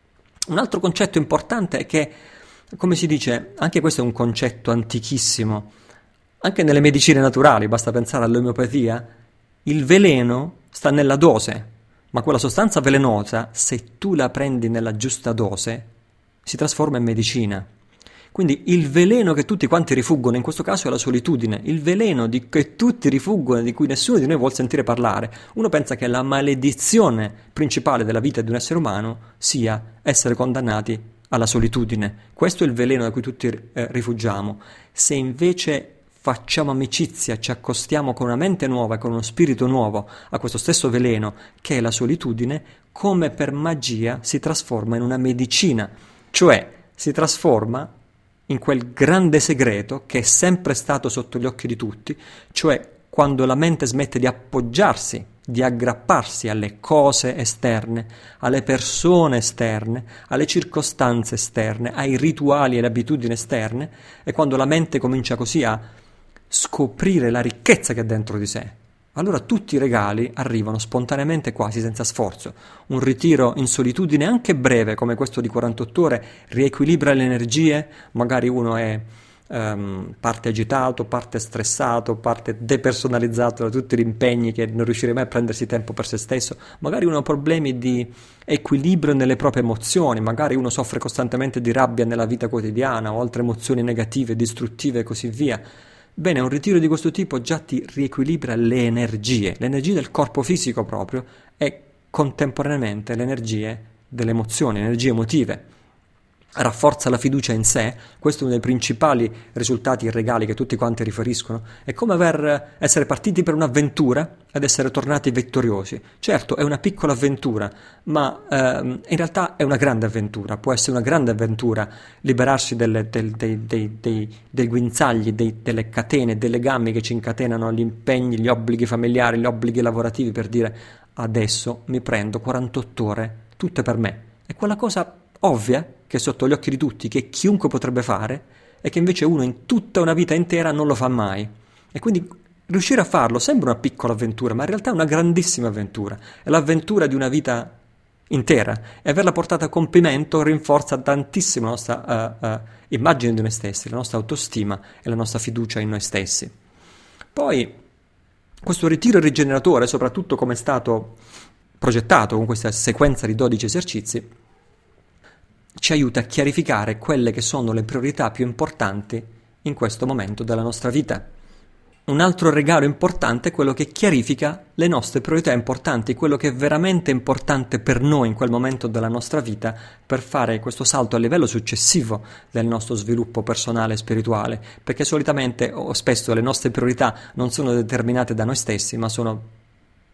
Un altro concetto importante è che, come si dice, anche questo è un concetto antichissimo. Anche nelle medicine naturali, basta pensare all'omeopatia, il veleno sta nella dose, ma quella sostanza velenosa, se tu la prendi nella giusta dose, si trasforma in medicina. Quindi il veleno che tutti quanti rifuggono, in questo caso è la solitudine, il veleno di che tutti rifuggono, di cui nessuno di noi vuole sentire parlare. Uno pensa che la maledizione principale della vita di un essere umano sia essere condannati alla solitudine. Questo è il veleno da cui tutti eh, rifugiamo. Se invece facciamo amicizia, ci accostiamo con una mente nuova e con uno spirito nuovo a questo stesso veleno che è la solitudine, come per magia si trasforma in una medicina, cioè si trasforma in quel grande segreto che è sempre stato sotto gli occhi di tutti, cioè quando la mente smette di appoggiarsi, di aggrapparsi alle cose esterne, alle persone esterne, alle circostanze esterne, ai rituali e alle abitudini esterne, e quando la mente comincia così a scoprire la ricchezza che è dentro di sé, allora tutti i regali arrivano spontaneamente, quasi senza sforzo. Un ritiro in solitudine anche breve come questo di quarantotto ore riequilibra le energie, magari uno è um, parte agitato, parte stressato, parte depersonalizzato da tutti gli impegni che non riuscirà mai a prendersi tempo per se stesso, magari uno ha problemi di equilibrio nelle proprie emozioni, magari uno soffre costantemente di rabbia nella vita quotidiana o altre emozioni negative, distruttive e così via. Bene, un ritiro di questo tipo già ti riequilibra le energie, le energie del corpo fisico proprio e contemporaneamente le energie delle emozioni, le energie emotive. Rafforza la fiducia in sé, questo è uno dei principali risultati e regali che tutti quanti riferiscono. È come aver, essere partiti per un'avventura ed essere tornati vittoriosi. Certo, è una piccola avventura, ma ehm, in realtà è una grande avventura. Può essere una grande avventura liberarsi delle, del, dei, dei, dei, dei guinzagli, dei, delle catene, dei legami che ci incatenano gli impegni, gli obblighi familiari, gli obblighi lavorativi, per dire adesso mi prendo quarantotto ore tutte per me. È quella cosa ovvia che è sotto gli occhi di tutti, che chiunque potrebbe fare e che invece uno in tutta una vita intera non lo fa mai. E quindi riuscire a farlo sembra una piccola avventura, ma in realtà è una grandissima avventura. È l'avventura di una vita intera e averla portata a compimento rinforza tantissimo la nostra uh, uh, immagine di noi stessi, la nostra autostima e la nostra fiducia in noi stessi. Poi questo ritiro rigeneratore, soprattutto come è stato progettato con questa sequenza di dodici esercizi, ci aiuta a chiarificare quelle che sono le priorità più importanti in questo momento della nostra vita. Un altro regalo importante è quello che chiarifica le nostre priorità importanti, quello che è veramente importante per noi in quel momento della nostra vita per fare questo salto a livello successivo del nostro sviluppo personale e spirituale, perché solitamente o spesso le nostre priorità non sono determinate da noi stessi, ma sono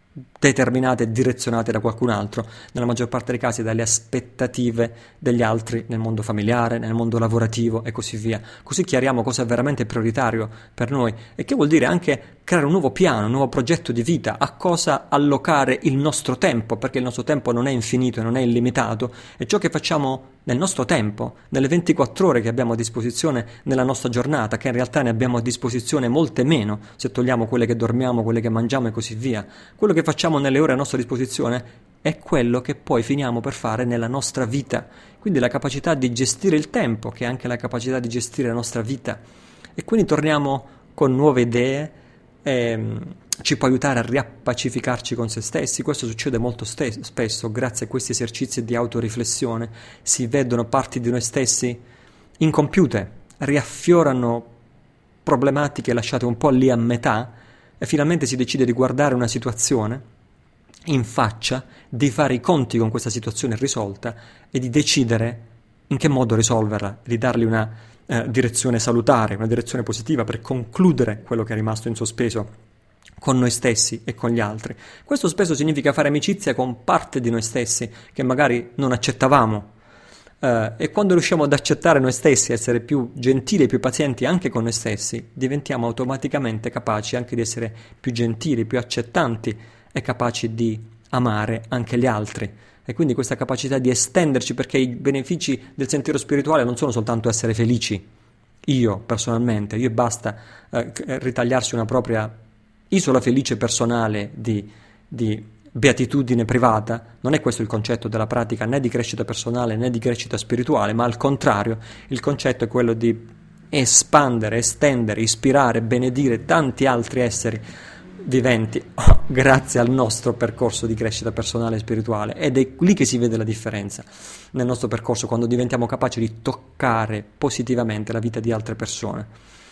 determinate e direzionate da qualcun altro, nella maggior parte dei casi dalle aspettative degli altri nel mondo familiare, nel mondo lavorativo e così via. Così chiariamo cosa è veramente prioritario per noi e che vuol dire anche creare un nuovo piano, un nuovo progetto di vita, a cosa allocare il nostro tempo, perché il nostro tempo non è infinito e non è illimitato, e ciò che facciamo nel nostro tempo, nelle ventiquattro ore che abbiamo a disposizione nella nostra giornata, che in realtà ne abbiamo a disposizione molte meno, se togliamo quelle che dormiamo, quelle che mangiamo e così via. Quello che facciamo nelle ore a nostra disposizione è quello che poi finiamo per fare nella nostra vita. Quindi la capacità di gestire il tempo, che è anche la capacità di gestire la nostra vita. E quindi torniamo con nuove idee, ehm, ci può aiutare a riappacificarci con se stessi. Questo succede molto ste- spesso grazie a questi esercizi di autoriflessione. Si vedono parti di noi stessi incompiute, riaffiorano problematiche lasciate un po' lì a metà e finalmente si decide di guardare una situazione in faccia, di fare i conti con questa situazione irrisolta e di decidere in che modo risolverla, di dargli una eh, direzione salutare, una direzione positiva per concludere quello che è rimasto in sospeso con noi stessi e con gli altri. Questo spesso significa fare amicizia con parte di noi stessi che magari non accettavamo. Uh, e quando riusciamo ad accettare noi stessi, essere più gentili e più pazienti anche con noi stessi, diventiamo automaticamente capaci anche di essere più gentili, più accettanti e capaci di amare anche gli altri. E quindi questa capacità di estenderci, perché i benefici del sentiero spirituale non sono soltanto essere felici, io personalmente, io e basta uh, ritagliarsi una propria isola felice personale di, di beatitudine privata. Non è questo il concetto della pratica né di crescita personale né di crescita spirituale, ma al contrario il concetto è quello di espandere, estendere, ispirare, benedire tanti altri esseri viventi oh, grazie al nostro percorso di crescita personale e spirituale, ed è lì che si vede la differenza nel nostro percorso, quando diventiamo capaci di toccare positivamente la vita di altre persone.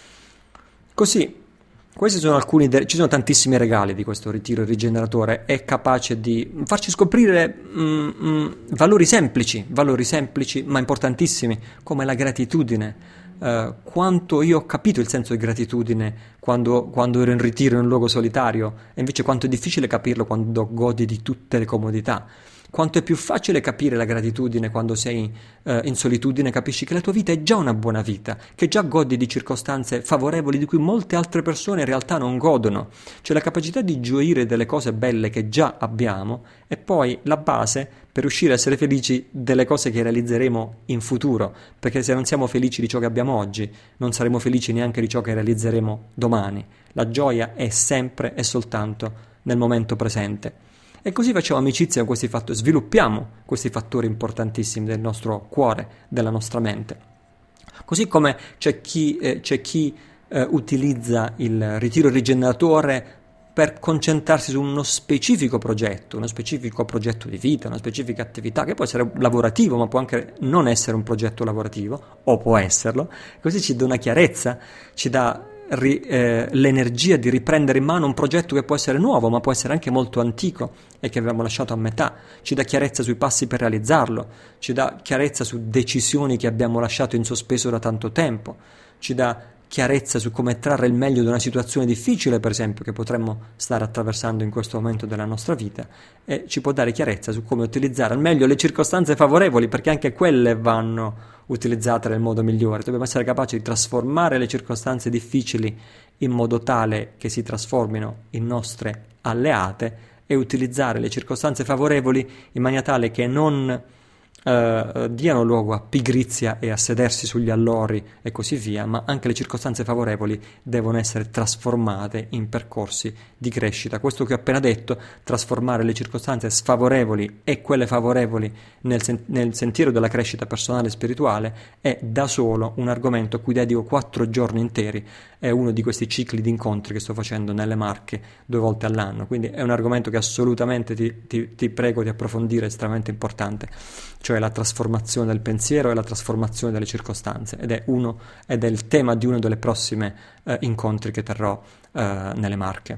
Così questi sono alcuni, de- ci sono tantissimi regali di questo ritiro rigeneratore, è capace di farci scoprire mm, mm, valori semplici, valori semplici ma importantissimi, come la gratitudine. Uh, quanto io ho capito il senso di gratitudine quando, quando ero in ritiro in un luogo solitario, e invece quanto è difficile capirlo quando godi di tutte le comodità. Quanto è più facile capire la gratitudine quando sei uh, in solitudine, capisci che la tua vita è già una buona vita, che già godi di circostanze favorevoli di cui molte altre persone in realtà non godono. Cioè la capacità di gioire delle cose belle che già abbiamo è poi la base per riuscire a essere felici delle cose che realizzeremo in futuro, perché se non siamo felici di ciò che abbiamo oggi, non saremo felici neanche di ciò che realizzeremo domani. La gioia è sempre e soltanto nel momento presente. E così facciamo amicizia con questi fattori, sviluppiamo questi fattori importantissimi del nostro cuore, della nostra mente. Così come c'è chi, eh, c'è chi eh, utilizza il ritiro rigeneratore per concentrarsi su uno specifico progetto, uno specifico progetto di vita, una specifica attività, che può essere lavorativo, ma può anche non essere un progetto lavorativo, o può esserlo. Così ci dà una chiarezza, ci dà ri, eh, l'energia di riprendere in mano un progetto che può essere nuovo, ma può essere anche molto antico e che abbiamo lasciato a metà. Ci dà chiarezza sui passi per realizzarlo, ci dà chiarezza su decisioni che abbiamo lasciato in sospeso da tanto tempo, ci dà chiarezza su come trarre il meglio da una situazione difficile, per esempio, che potremmo stare attraversando in questo momento della nostra vita, e ci può dare chiarezza su come utilizzare al meglio le circostanze favorevoli, perché anche quelle vanno utilizzate nel modo migliore. Dobbiamo essere capaci di trasformare le circostanze difficili in modo tale che si trasformino in nostre alleate, e utilizzare le circostanze favorevoli in maniera tale che non Uh, diano luogo a pigrizia e a sedersi sugli allori e così via, ma anche le circostanze favorevoli devono essere trasformate in percorsi di crescita. Questo che ho appena detto, trasformare le circostanze sfavorevoli e quelle favorevoli nel, sen- nel sentiero della crescita personale e spirituale, è da solo un argomento a cui dedico quattro giorni interi. È uno di questi cicli di incontri che sto facendo nelle Marche due volte all'anno, quindi è un argomento che assolutamente ti, ti, ti prego di approfondire, è estremamente importante, cioè la trasformazione del pensiero e la trasformazione delle circostanze, ed è uno ed è il tema di uno delle prossime eh, incontri che terrò eh, nelle Marche.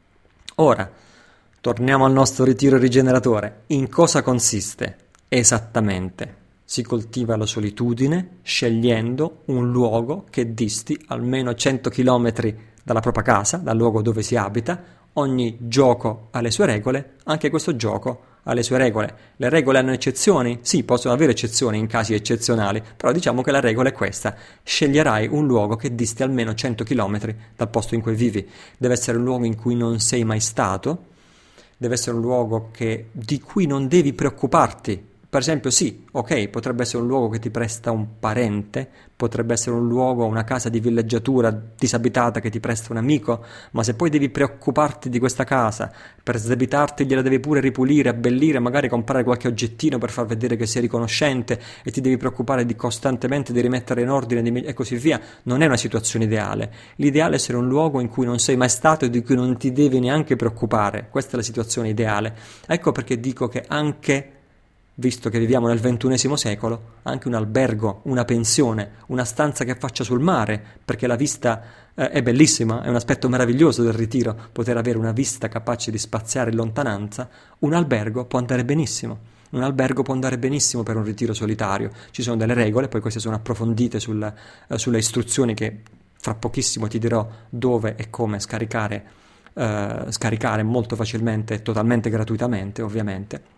Ora torniamo al nostro ritiro rigeneratore. In cosa consiste esattamente? Si coltiva la solitudine scegliendo un luogo che disti almeno cento chilometri dalla propria casa, dal luogo dove si abita, Ogni gioco ha le sue regole, anche questo gioco ha le sue regole. Le regole hanno eccezioni? Sì, possono avere eccezioni in casi eccezionali, però diciamo che la regola è questa: sceglierai un luogo che disti almeno cento chilometri dal posto in cui vivi. Deve essere un luogo in cui non sei mai stato, deve essere un luogo che, di cui non devi preoccuparti. Per esempio, sì, ok, potrebbe essere un luogo che ti presta un parente, potrebbe essere un luogo, una casa di villeggiatura disabitata che ti presta un amico, ma se poi devi preoccuparti di questa casa, per sdebitarti gliela devi pure ripulire, abbellire, magari comprare qualche oggettino per far vedere che sei riconoscente e ti devi preoccupare di costantemente di rimettere in ordine di, e così via, non è una situazione ideale. L'ideale è essere un luogo in cui non sei mai stato e di cui non ti devi neanche preoccupare. Questa è la situazione ideale. Ecco perché dico che anche, visto che viviamo nel ventunesimo secolo, anche un albergo, una pensione, una stanza che faccia sul mare, perché la vista eh, è bellissima, è un aspetto meraviglioso del ritiro, poter avere una vista capace di spaziare in lontananza, un albergo può andare benissimo. Un albergo può andare benissimo per un ritiro solitario. Ci sono delle regole, poi queste sono approfondite sul, eh, sulle istruzioni che fra pochissimo ti dirò dove e come scaricare, eh, scaricare molto facilmente e totalmente gratuitamente, ovviamente.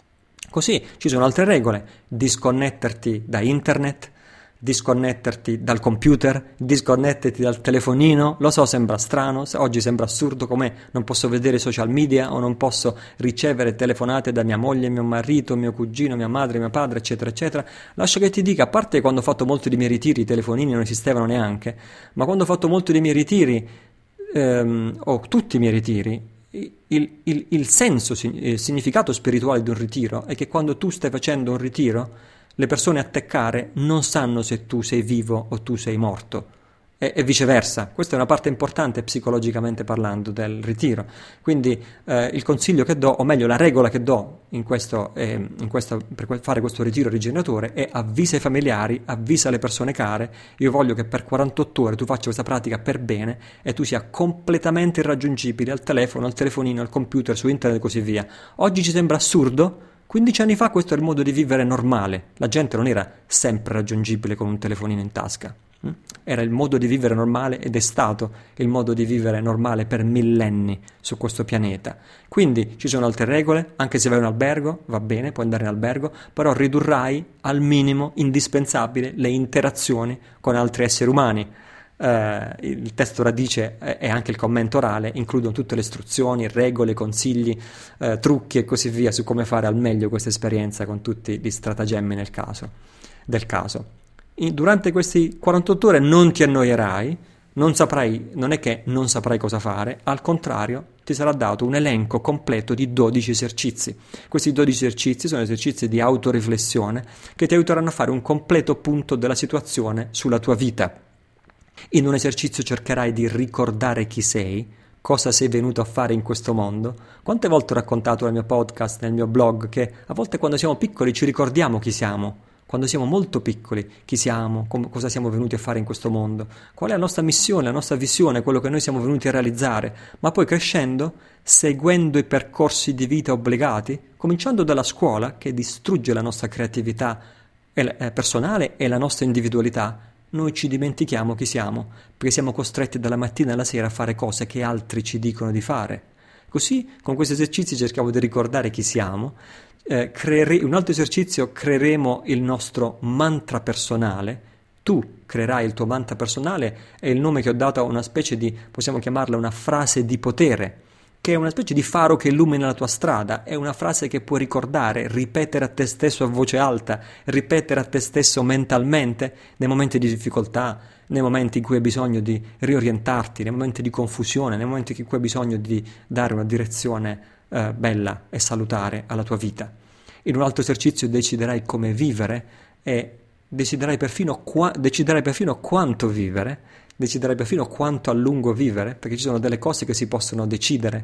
Così ci sono altre regole: disconnetterti da internet, disconnetterti dal computer, disconnetterti dal telefonino. Lo so, sembra strano, oggi sembra assurdo come non posso vedere social media o non posso ricevere telefonate da mia moglie, mio marito, mio cugino, mia madre, mio padre, eccetera, eccetera. Lascia che ti dica, a parte quando ho fatto molti dei miei ritiri i telefonini non esistevano neanche, ma quando ho fatto molti dei miei ritiri, ehm, o tutti i miei ritiri, Il, il, il senso, il significato spirituale di un ritiro è che quando tu stai facendo un ritiro, le persone a te care non sanno se tu sei vivo o tu sei morto, e, e viceversa. Questa è una parte importante psicologicamente parlando del ritiro. Quindi eh, il consiglio che do, o meglio la regola che do in questo, eh, in questo, per fare questo ritiro rigeneratore è: avvisa i familiari, avvisa le persone care. Io voglio che per quarantotto ore tu faccia questa pratica per bene e tu sia completamente irraggiungibile al telefono, al telefonino, al computer, su internet e così via. Oggi ci sembra assurdo. quindici anni fa questo era il modo di vivere normale. La gente non era sempre raggiungibile con un telefonino in tasca. Era il modo di vivere normale ed è stato il modo di vivere normale per millenni su questo pianeta. Quindi ci sono altre regole, anche se vai in un albergo, va bene, puoi andare in albergo, però ridurrai al minimo indispensabile le interazioni con altri esseri umani. Uh, il testo radice e anche il commento orale includono tutte le istruzioni, regole, consigli, uh, trucchi e così via su come fare al meglio questa esperienza con tutti gli stratagemmi nel caso, del caso. Durante questi quarantotto ore non ti annoierai, non saprai, non è che non saprai cosa fare, al contrario ti sarà dato un elenco completo di dodici esercizi. Questi dodici esercizi sono esercizi di autoriflessione che ti aiuteranno a fare un completo punto della situazione sulla tua vita. In un esercizio cercherai di ricordare chi sei, cosa sei venuto a fare in questo mondo. Quante volte ho raccontato nel mio podcast, nel mio blog, che a volte quando siamo piccoli ci ricordiamo chi siamo. Quando siamo molto piccoli, chi siamo, com- cosa siamo venuti a fare in questo mondo, qual è la nostra missione, la nostra visione, quello che noi siamo venuti a realizzare, ma poi crescendo, seguendo i percorsi di vita obbligati, cominciando dalla scuola, che distrugge la nostra creatività eh, personale e la nostra individualità, noi ci dimentichiamo chi siamo, perché siamo costretti dalla mattina alla sera a fare cose che altri ci dicono di fare. Così, con questi esercizi cerchiamo di ricordare chi siamo. Eh, creere- un altro esercizio: creeremo il nostro mantra personale. Tu creerai il tuo mantra personale, è il nome che ho dato a una specie di, possiamo chiamarla una frase di potere, che è una specie di faro che illumina la tua strada. È una frase che puoi ricordare, ripetere a te stesso a voce alta, ripetere a te stesso mentalmente nei momenti di difficoltà, nei momenti in cui hai bisogno di riorientarti, nei momenti di confusione, nei momenti in cui hai bisogno di dare una direzione eh, bella e salutare alla tua vita. In un altro esercizio deciderai come vivere e deciderai perfino, qua, deciderai perfino quanto vivere, deciderai perfino quanto a lungo vivere, perché ci sono delle cose che si possono decidere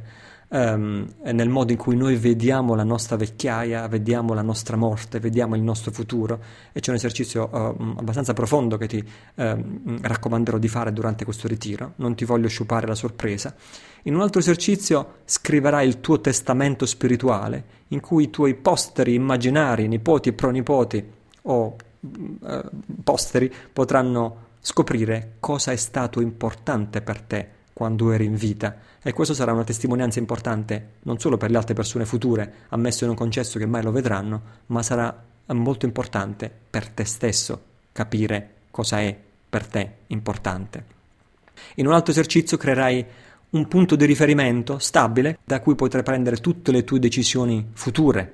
um, nel modo in cui noi vediamo la nostra vecchiaia, vediamo la nostra morte, vediamo il nostro futuro, e c'è un esercizio uh, abbastanza profondo che ti uh, raccomanderò di fare durante questo ritiro. Non ti voglio sciupare la sorpresa. In un altro esercizio scriverai il tuo testamento spirituale, in cui i tuoi posteri immaginari, nipoti e pronipoti o uh, posteri potranno scoprire cosa è stato importante per te quando eri in vita, e questo sarà una testimonianza importante non solo per le altre persone future, ammesso e non concesso che mai lo vedranno, ma sarà molto importante per te stesso capire cosa è per te importante. In un altro esercizio creerai un punto di riferimento stabile da cui potrai prendere tutte le tue decisioni future.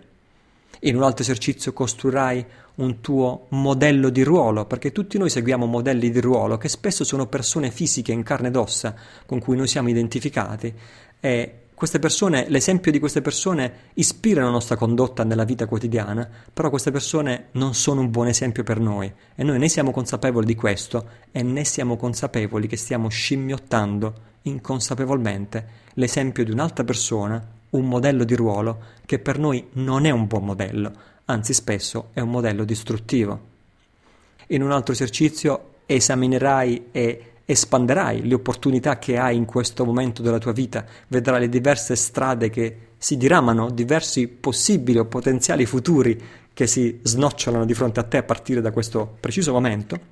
In un altro esercizio costruirai un tuo modello di ruolo, perché tutti noi seguiamo modelli di ruolo che spesso sono persone fisiche in carne ed ossa con cui noi siamo identificati, e queste persone, l'esempio di queste persone ispira la nostra condotta nella vita quotidiana, però queste persone non sono un buon esempio per noi e noi ne siamo consapevoli di questo e ne siamo consapevoli che stiamo scimmiottando inconsapevolmente l'esempio di un'altra persona, un modello di ruolo che per noi non è un buon modello, anzi spesso è un modello distruttivo. In un altro esercizio esaminerai e espanderai le opportunità che hai in questo momento della tua vita, vedrai le diverse strade che si diramano, diversi possibili o potenziali futuri che si snocciolano di fronte a te a partire da questo preciso momento,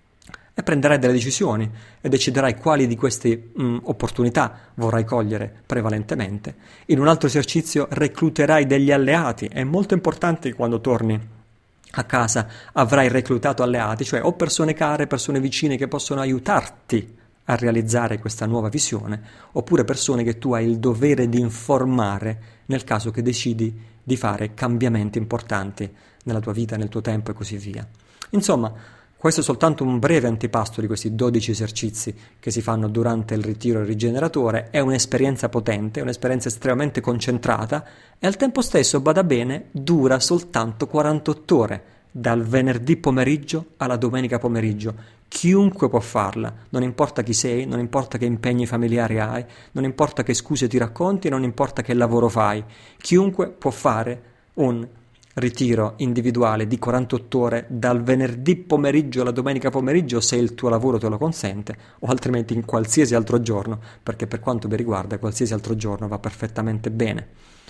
e prenderai delle decisioni e deciderai quali di queste mh, opportunità vorrai cogliere prevalentemente. In un altro esercizio recluterai degli alleati. È molto importante che quando torni a casa avrai reclutato alleati, cioè o persone care, persone vicine che possono aiutarti a realizzare questa nuova visione, oppure persone che tu hai il dovere di informare nel caso che decidi di fare cambiamenti importanti nella tua vita, nel tuo tempo e così via. Insomma, questo è soltanto un breve antipasto di questi dodici esercizi che si fanno durante il ritiro rigeneratore. È un'esperienza potente, è un'esperienza estremamente concentrata e al tempo stesso, bada bene, dura soltanto quarantotto ore, dal venerdì pomeriggio alla domenica pomeriggio. Chiunque può farla, non importa chi sei, non importa che impegni familiari hai, non importa che scuse ti racconti, non importa che lavoro fai. Chiunque può fare un ritiro individuale di quarantotto ore dal venerdì pomeriggio alla domenica pomeriggio, se il tuo lavoro te lo consente, o altrimenti in qualsiasi altro giorno, perché per quanto mi riguarda qualsiasi altro giorno va perfettamente bene.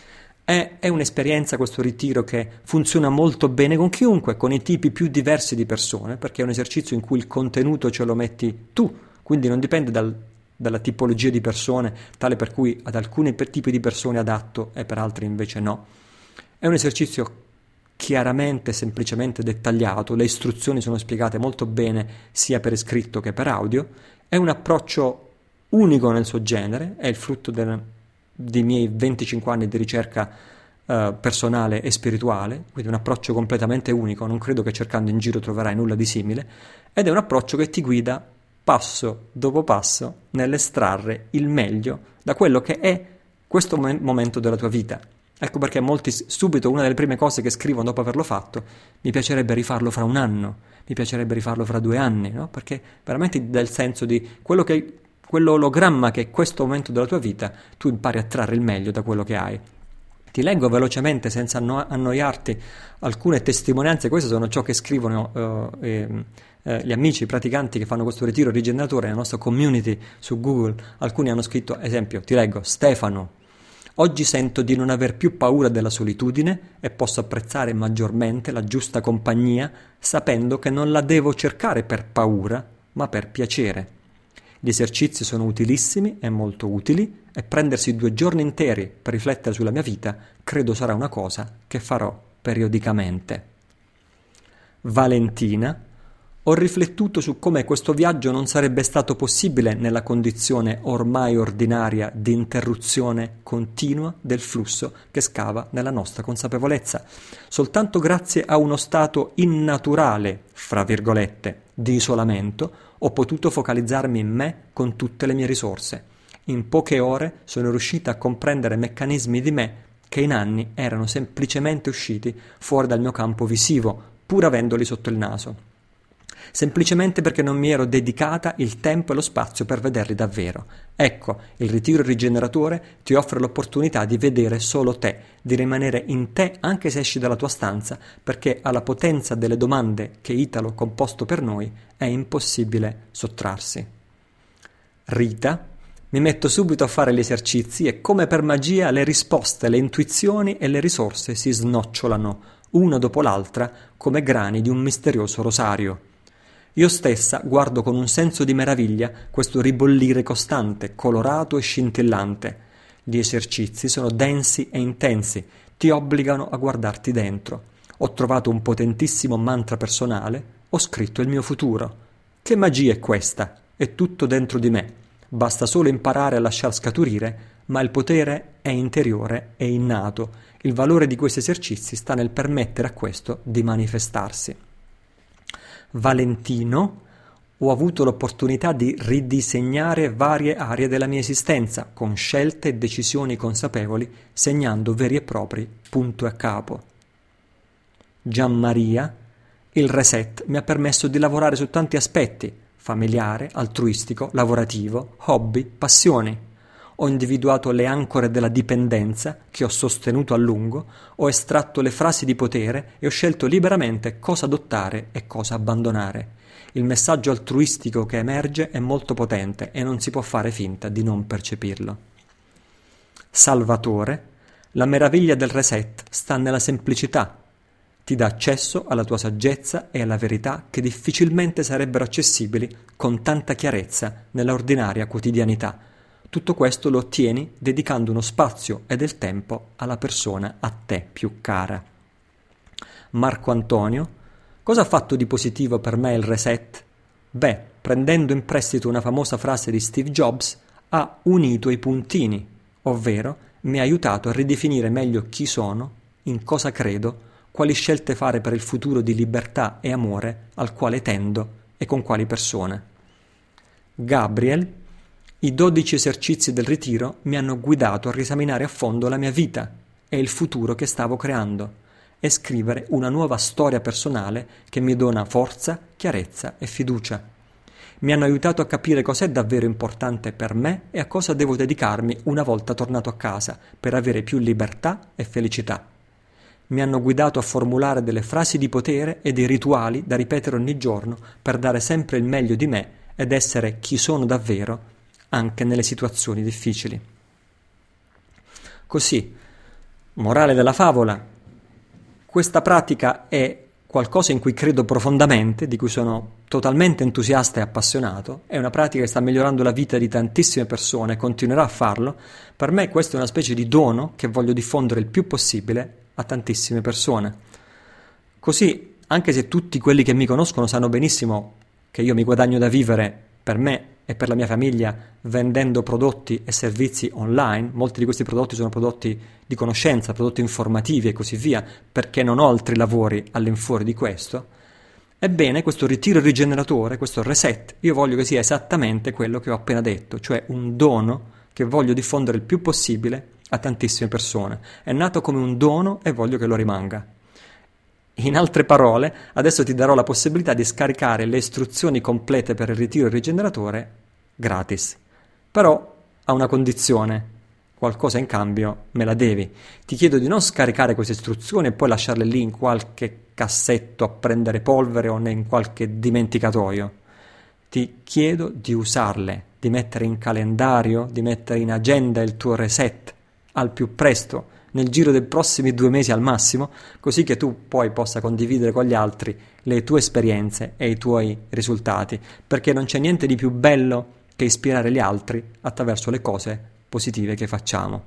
È, è un'esperienza, questo ritiro, che funziona molto bene con chiunque, con i tipi più diversi di persone, perché è un esercizio in cui il contenuto ce lo metti tu, quindi non dipende dal, dalla tipologia di persone, tale per cui ad alcuni tipi di persone adatto e per altri invece no. È un esercizio chiaramente, semplicemente dettagliato, le istruzioni sono spiegate molto bene sia per iscritto che per audio, è un approccio unico nel suo genere, è il frutto del, dei miei venticinque anni di ricerca uh, personale e spirituale, quindi un approccio completamente unico, non credo che cercando in giro troverai nulla di simile, ed è un approccio che ti guida passo dopo passo nell'estrarre il meglio da quello che è questo mom- momento della tua vita. Ecco perché molti subito, una delle prime cose che scrivono dopo averlo fatto: mi piacerebbe rifarlo fra un anno, mi piacerebbe rifarlo fra due anni, no? Perché veramente dà il senso di quello che, quell'ologramma che è questo momento della tua vita, tu impari a trarre il meglio da quello che hai. Ti leggo velocemente, senza anno- annoiarti, alcune testimonianze. Queste sono ciò che scrivono uh, eh, eh, gli amici, i praticanti che fanno questo ritiro rigeneratore nella nostra community su Google. Alcuni hanno scritto, esempio, ti leggo: Stefano, oggi sento di non aver più paura della solitudine e posso apprezzare maggiormente la giusta compagnia, sapendo che non la devo cercare per paura, ma per piacere. Gli esercizi sono utilissimi e molto utili, e prendersi due giorni interi per riflettere sulla mia vita credo sarà una cosa che farò periodicamente. Valentina: ho riflettuto su come questo viaggio non sarebbe stato possibile nella condizione ormai ordinaria di interruzione continua del flusso che scava nella nostra consapevolezza. Soltanto grazie a uno stato innaturale, fra virgolette, di isolamento, ho potuto focalizzarmi in me con tutte le mie risorse. In poche ore sono riuscita a comprendere meccanismi di me che in anni erano semplicemente usciti fuori dal mio campo visivo, pur avendoli sotto il naso. Semplicemente perché non mi ero dedicata il tempo e lo spazio per vederli davvero. Ecco, il ritiro rigeneratore ti offre l'opportunità di vedere solo te, di rimanere in te anche se esci dalla tua stanza, perché alla potenza delle domande che Italo ha composto per noi è impossibile sottrarsi. Rita: mi metto subito a fare gli esercizi e come per magia le risposte, le intuizioni e le risorse si snocciolano, una dopo l'altra, come grani di un misterioso rosario. Io stessa guardo con un senso di meraviglia questo ribollire costante, colorato e scintillante. Gli esercizi sono densi e intensi, ti obbligano a guardarti dentro. Ho trovato un potentissimo mantra personale, ho scritto il mio futuro. Che magia è questa? È tutto dentro di me. Basta solo imparare a lasciar scaturire, ma il potere è interiore e innato. Il valore di questi esercizi sta nel permettere a questo di manifestarsi. Valentino, ho avuto l'opportunità di ridisegnare varie aree della mia esistenza con scelte e decisioni consapevoli, segnando veri e propri punto a capo. Gianmaria, il reset mi ha permesso di lavorare su tanti aspetti, familiare, altruistico, lavorativo, hobby, passioni. Ho individuato le ancore della dipendenza che ho sostenuto a lungo, ho estratto le frasi di potere e ho scelto liberamente cosa adottare e cosa abbandonare. Il messaggio altruistico che emerge è molto potente e non si può fare finta di non percepirlo. Salvatore, la meraviglia del reset sta nella semplicità. Ti dà accesso alla tua saggezza e alla verità che difficilmente sarebbero accessibili con tanta chiarezza nella ordinaria quotidianità. Tutto questo lo ottieni dedicando uno spazio e del tempo alla persona a te più cara. Marco Antonio, cosa ha fatto di positivo per me il reset? Beh, prendendo in prestito una famosa frase di Steve Jobs, ha unito i puntini, ovvero mi ha aiutato a ridefinire meglio chi sono, in cosa credo, quali scelte fare per il futuro di libertà e amore al quale tendo e con quali persone. Gabriel, i dodici esercizi del ritiro mi hanno guidato a riesaminare a fondo la mia vita e il futuro che stavo creando e scrivere una nuova storia personale che mi dona forza, chiarezza e fiducia. Mi hanno aiutato a capire cos'è davvero importante per me e a cosa devo dedicarmi una volta tornato a casa per avere più libertà e felicità. Mi hanno guidato a formulare delle frasi di potere e dei rituali da ripetere ogni giorno per dare sempre il meglio di me ed essere chi sono davvero anche nelle situazioni difficili. Così, morale della favola, questa pratica è qualcosa in cui credo profondamente, di cui sono totalmente entusiasta e appassionato, è una pratica che sta migliorando la vita di tantissime persone e continuerà a farlo. Per me questo è una specie di dono che voglio diffondere il più possibile a tantissime persone. Così, anche se tutti quelli che mi conoscono sanno benissimo che io mi guadagno da vivere per me e per la mia famiglia vendendo prodotti e servizi online, molti di questi prodotti sono prodotti di conoscenza, prodotti informativi e così via, perché non ho altri lavori all'infuori di questo. Ebbene, questo ritiro rigeneratore, questo reset, io voglio che sia esattamente quello che ho appena detto, cioè un dono che voglio diffondere il più possibile a tantissime persone. È nato come un dono e voglio che lo rimanga. In altre parole, adesso ti darò la possibilità di scaricare le istruzioni complete per il ritiro rigeneratore gratis. Però a una condizione, qualcosa in cambio me la devi. Ti chiedo di non scaricare queste istruzioni e poi lasciarle lì in qualche cassetto a prendere polvere o in qualche dimenticatoio. Ti chiedo di usarle, di mettere in calendario, di mettere in agenda il tuo reset al più presto, nel giro dei prossimi due mesi al massimo, così che tu poi possa condividere con gli altri le tue esperienze e i tuoi risultati, perché non c'è niente di più bello che ispirare gli altri attraverso le cose positive che facciamo.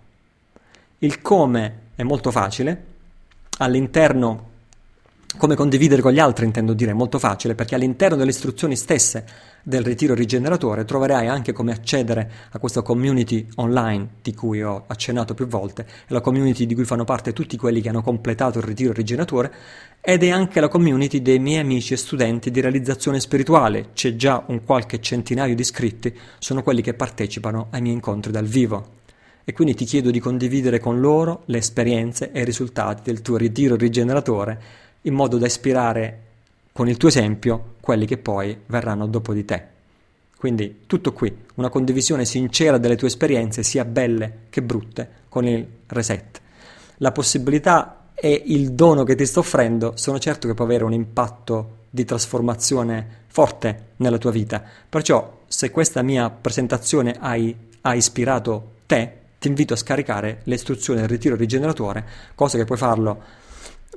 Il come è molto facile, all'interno, come condividere con gli altri intendo dire, è molto facile, perché all'interno delle istruzioni stesse del ritiro rigeneratore troverai anche come accedere a questa community online di cui ho accennato più volte, è la community di cui fanno parte tutti quelli che hanno completato il ritiro rigeneratore ed è anche la community dei miei amici e studenti di realizzazione spirituale. C'è già un qualche centinaio di iscritti, sono quelli che partecipano ai miei incontri dal vivo e quindi ti chiedo di condividere con loro le esperienze e i risultati del tuo ritiro rigeneratore in modo da ispirare con il tuo esempio quelli che poi verranno dopo di te. Quindi tutto qui, una condivisione sincera delle tue esperienze, sia belle che brutte, con il reset. La possibilità e il dono che ti sto offrendo sono certo che può avere un impatto di trasformazione forte nella tua vita. Perciò, se questa mia presentazione hai, ha ispirato te, ti invito a scaricare le istruzioni del ritiro rigeneratore, cosa che puoi farlo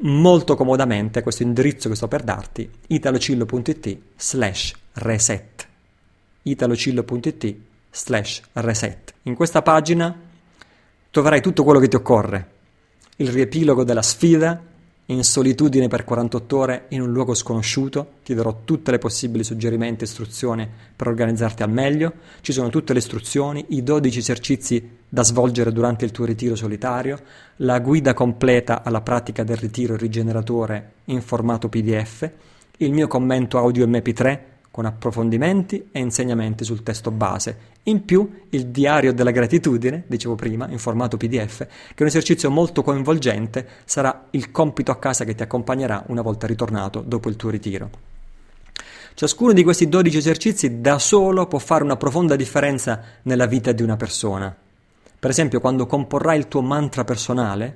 molto comodamente a questo indirizzo che sto per darti, italocillo.it slash reset. italocillo.it slash reset. In questa pagina troverai tutto quello che ti occorre, il riepilogo della sfida, in solitudine per quarantotto ore in un luogo sconosciuto. Ti darò tutte le possibili suggerimenti e istruzioni per organizzarti al meglio. Ci sono tutte le istruzioni, i dodici esercizi da svolgere durante il tuo ritiro solitario, la guida completa alla pratica del ritiro rigeneratore in formato P D F, il mio commento audio M P tre con approfondimenti e insegnamenti sul testo base. In più il diario della gratitudine, dicevo prima, in formato P D F, che è un esercizio molto coinvolgente, sarà il compito a casa che ti accompagnerà una volta ritornato dopo il tuo ritiro. Ciascuno di questi dodici esercizi da solo può fare una profonda differenza nella vita di una persona. Per esempio, quando comporrai il tuo mantra personale,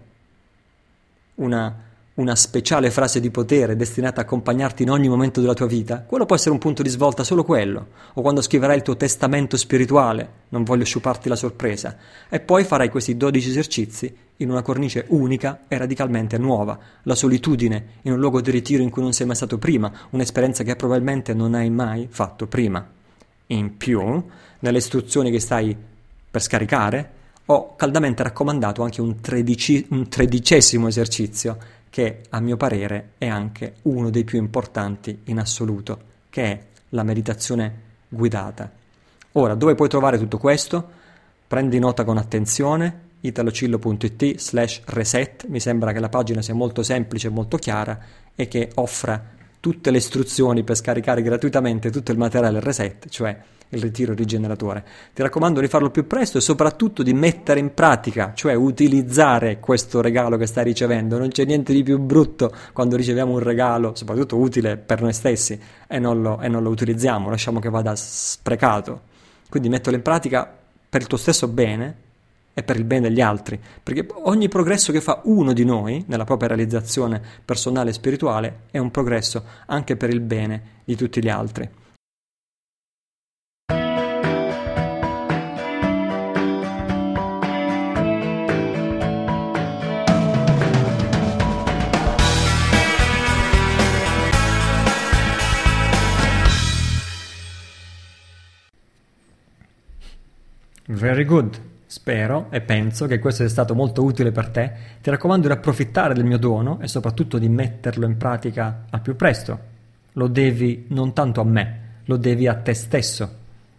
una una speciale frase di potere destinata a accompagnarti in ogni momento della tua vita, quello può essere un punto di svolta, solo quello. O quando scriverai il tuo testamento spirituale, non voglio sciuparti la sorpresa, e poi farai questi dodici esercizi in una cornice unica e radicalmente nuova, la solitudine, in un luogo di ritiro in cui non sei mai stato prima, un'esperienza che probabilmente non hai mai fatto prima. In più, nelle istruzioni che stai per scaricare, ho caldamente raccomandato anche un, tredici, un tredicesimo esercizio, che a mio parere è anche uno dei più importanti in assoluto, che è la meditazione guidata. Ora, dove puoi trovare tutto questo? Prendi nota con attenzione, italocillo.it slash reset, mi sembra che la pagina sia molto semplice e molto chiara e che offra tutte le istruzioni per scaricare gratuitamente tutto il materiale reset, cioè il ritiro rigeneratore. Ti raccomando di farlo più presto e soprattutto di mettere in pratica, cioè utilizzare questo regalo che stai ricevendo. Non c'è niente di più brutto quando riceviamo un regalo, soprattutto utile per noi stessi, e non lo, e non lo utilizziamo, lasciamo che vada sprecato. Quindi mettilo in pratica per il tuo stesso bene e per il bene degli altri, perché ogni progresso che fa uno di noi nella propria realizzazione personale e spirituale è un progresso anche per il bene di tutti gli altri. Very good. Spero e penso che questo sia stato molto utile per te. Ti raccomando di approfittare del mio dono e soprattutto di metterlo in pratica al più presto. Lo devi non tanto a me, lo devi a te stesso.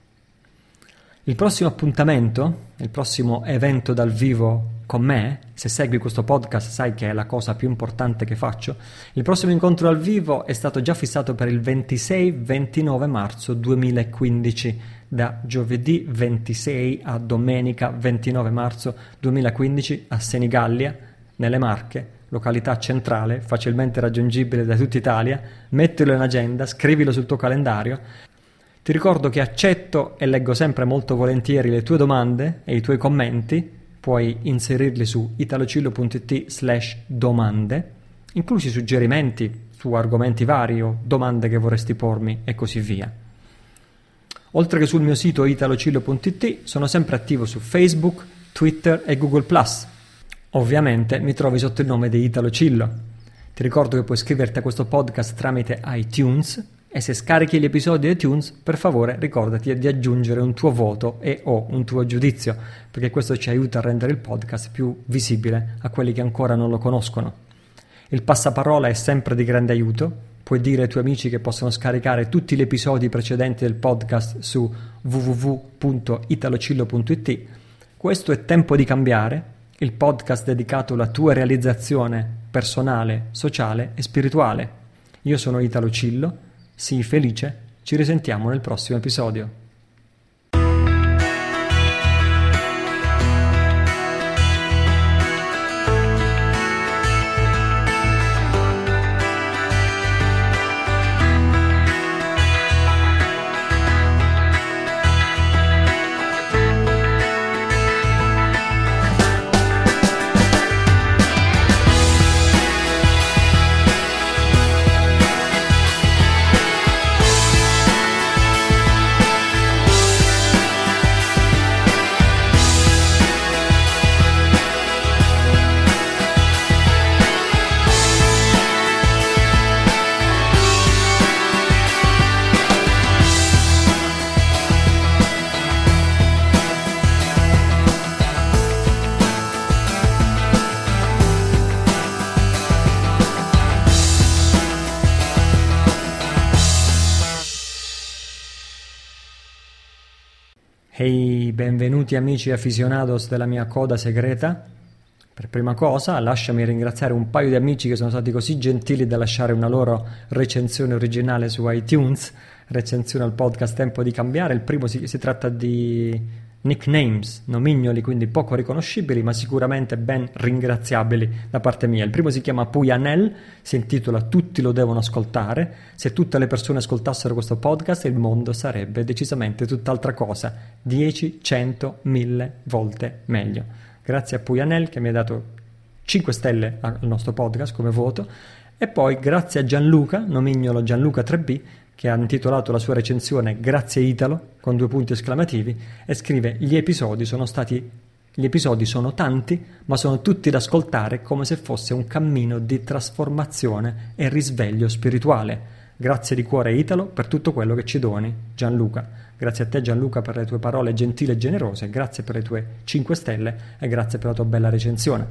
Il prossimo appuntamento, il prossimo evento dal vivo con me, se segui questo podcast sai che è la cosa più importante che faccio, il prossimo incontro dal vivo è stato già fissato per il ventisei ventinove marzo duemilaquindici, da giovedì ventisei a domenica ventinove marzo duemilaquindici a Senigallia, nelle Marche, località centrale, facilmente raggiungibile da tutta Italia. Mettilo in agenda, scrivilo sul tuo calendario. Ti ricordo che accetto e leggo sempre molto volentieri le tue domande e i tuoi commenti. Puoi inserirli su italocillo.it slash domande, inclusi suggerimenti su argomenti vari o domande che vorresti pormi e così via. Oltre che sul mio sito italocillo.it sono sempre attivo su Facebook, Twitter e Google plus. Ovviamente mi trovi sotto il nome di Italocillo. Ti ricordo che puoi iscriverti a questo podcast tramite iTunes e se scarichi gli episodi di iTunes, per favore ricordati di aggiungere un tuo voto e o un tuo giudizio, perché questo ci aiuta a rendere il podcast più visibile a quelli che ancora non lo conoscono. Il passaparola è sempre di grande aiuto. Puoi dire ai tuoi amici che possono scaricare tutti gli episodi precedenti del podcast su w w w punto italocillo punto it. Questo è Tempo di cambiare, il podcast dedicato alla tua realizzazione personale, sociale e spirituale. Io sono Italo Cillo, sii felice, ci risentiamo nel prossimo episodio. Ehi, benvenuti amici aficionados della mia coda segreta. Per prima cosa, lasciami ringraziare un paio di amici che sono stati così gentili da lasciare una loro recensione originale su iTunes, recensione al podcast Tempo di Cambiare. Il primo si, si tratta di nicknames, nomignoli, quindi poco riconoscibili, ma sicuramente ben ringraziabili da parte mia. Il primo si chiama Puyanel, si intitola Tutti lo devono ascoltare. Se tutte le persone ascoltassero questo podcast, il mondo sarebbe decisamente tutt'altra cosa, dieci, cento, mille volte meglio. Grazie a Puyanel che mi ha dato cinque stelle al nostro podcast come voto, e poi grazie a Gianluca, nomignolo Gianluca tre B, che ha intitolato la sua recensione Grazie Italo, con due punti esclamativi, e scrive: gli episodi sono stati gli episodi sono tanti, ma sono tutti da ascoltare come se fosse un cammino di trasformazione e risveglio spirituale. Grazie di cuore Italo per tutto quello che ci doni, Gianluca. Grazie a te Gianluca per le tue parole gentili e generose, grazie per le tue cinque stelle e grazie per la tua bella recensione.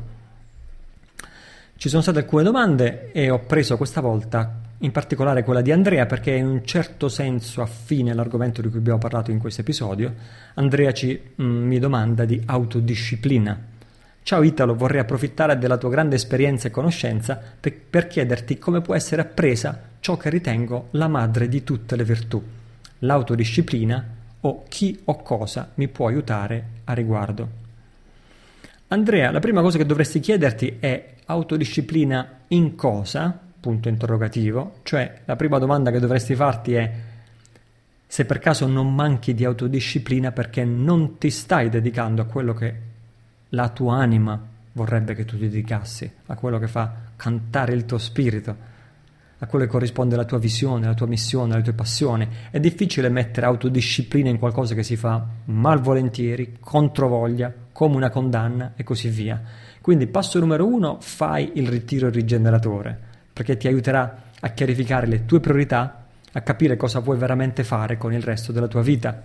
Ci sono state alcune domande e ho preso questa volta in particolare quella di Andrea, perché è in un certo senso affine all'argomento di cui abbiamo parlato in questo episodio. Andrea ci, mm, mi domanda di autodisciplina. Ciao Italo, vorrei approfittare della tua grande esperienza e conoscenza per, per chiederti come può essere appresa ciò che ritengo la madre di tutte le virtù, l'autodisciplina, o chi o cosa mi può aiutare a riguardo. Andrea, la prima cosa che dovresti chiederti è: autodisciplina in cosa? Punto interrogativo. Cioè, la prima domanda che dovresti farti è se per caso non manchi di autodisciplina perché non ti stai dedicando a quello che la tua anima vorrebbe che tu ti dedicassi, a quello che fa cantare il tuo spirito, a quello che corrisponde alla tua visione, alla tua missione, alle tue passioni. È difficile mettere autodisciplina in qualcosa che si fa malvolentieri, controvoglia, come una condanna e così via. Quindi passo numero uno: fai il ritiro rigeneratore, perché ti aiuterà a chiarificare le tue priorità, a capire cosa vuoi veramente fare con il resto della tua vita.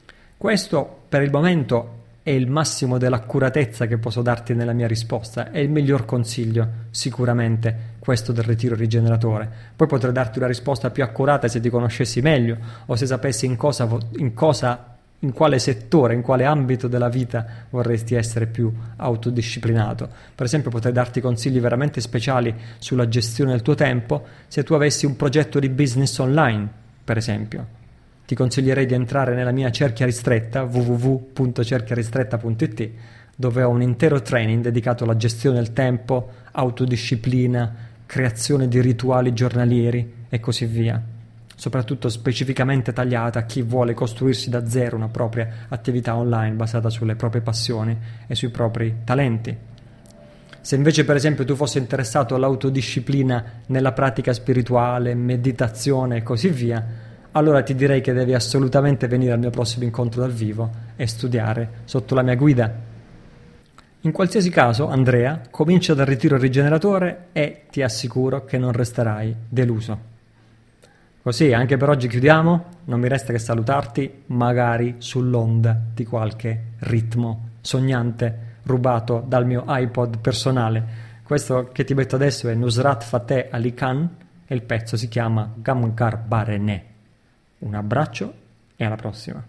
Questo per il momento è il massimo dell'accuratezza che posso darti nella mia risposta, è il miglior consiglio sicuramente questo del ritiro rigeneratore. Poi potrei darti una risposta più accurata se ti conoscessi meglio o se sapessi in cosa, in cosa in quale settore, in quale ambito della vita vorresti essere più autodisciplinato. Per esempio, potrei darti consigli veramente speciali sulla gestione del tuo tempo se tu avessi un progetto di business online, per esempio. Ti consiglierei di entrare nella mia cerchia ristretta, w w w punto cerchia ristretta punto i t, dove ho un intero training dedicato alla gestione del tempo, autodisciplina, creazione di rituali giornalieri e così via. Soprattutto specificamente tagliata a chi vuole costruirsi da zero una propria attività online basata sulle proprie passioni e sui propri talenti. Se invece per esempio tu fossi interessato all'autodisciplina nella pratica spirituale, meditazione e così via, allora ti direi che devi assolutamente venire al mio prossimo incontro dal vivo e studiare sotto la mia guida. In qualsiasi caso, Andrea, comincia dal ritiro rigeneratore e ti assicuro che non resterai deluso. Così, anche per oggi chiudiamo, non mi resta che salutarti, magari sull'onda di qualche ritmo sognante rubato dal mio iPod personale. Questo che ti metto adesso è Nusrat Fateh Ali Khan e il pezzo si chiama Gamkar Barene. Un abbraccio e alla prossima.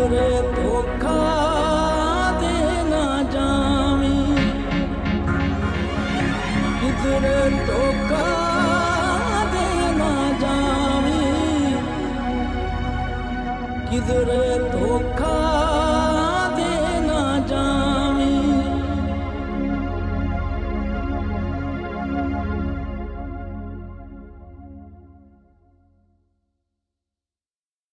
किधरे धोखा देना जामी किधरे धोखा देना जामी किधरे धोखा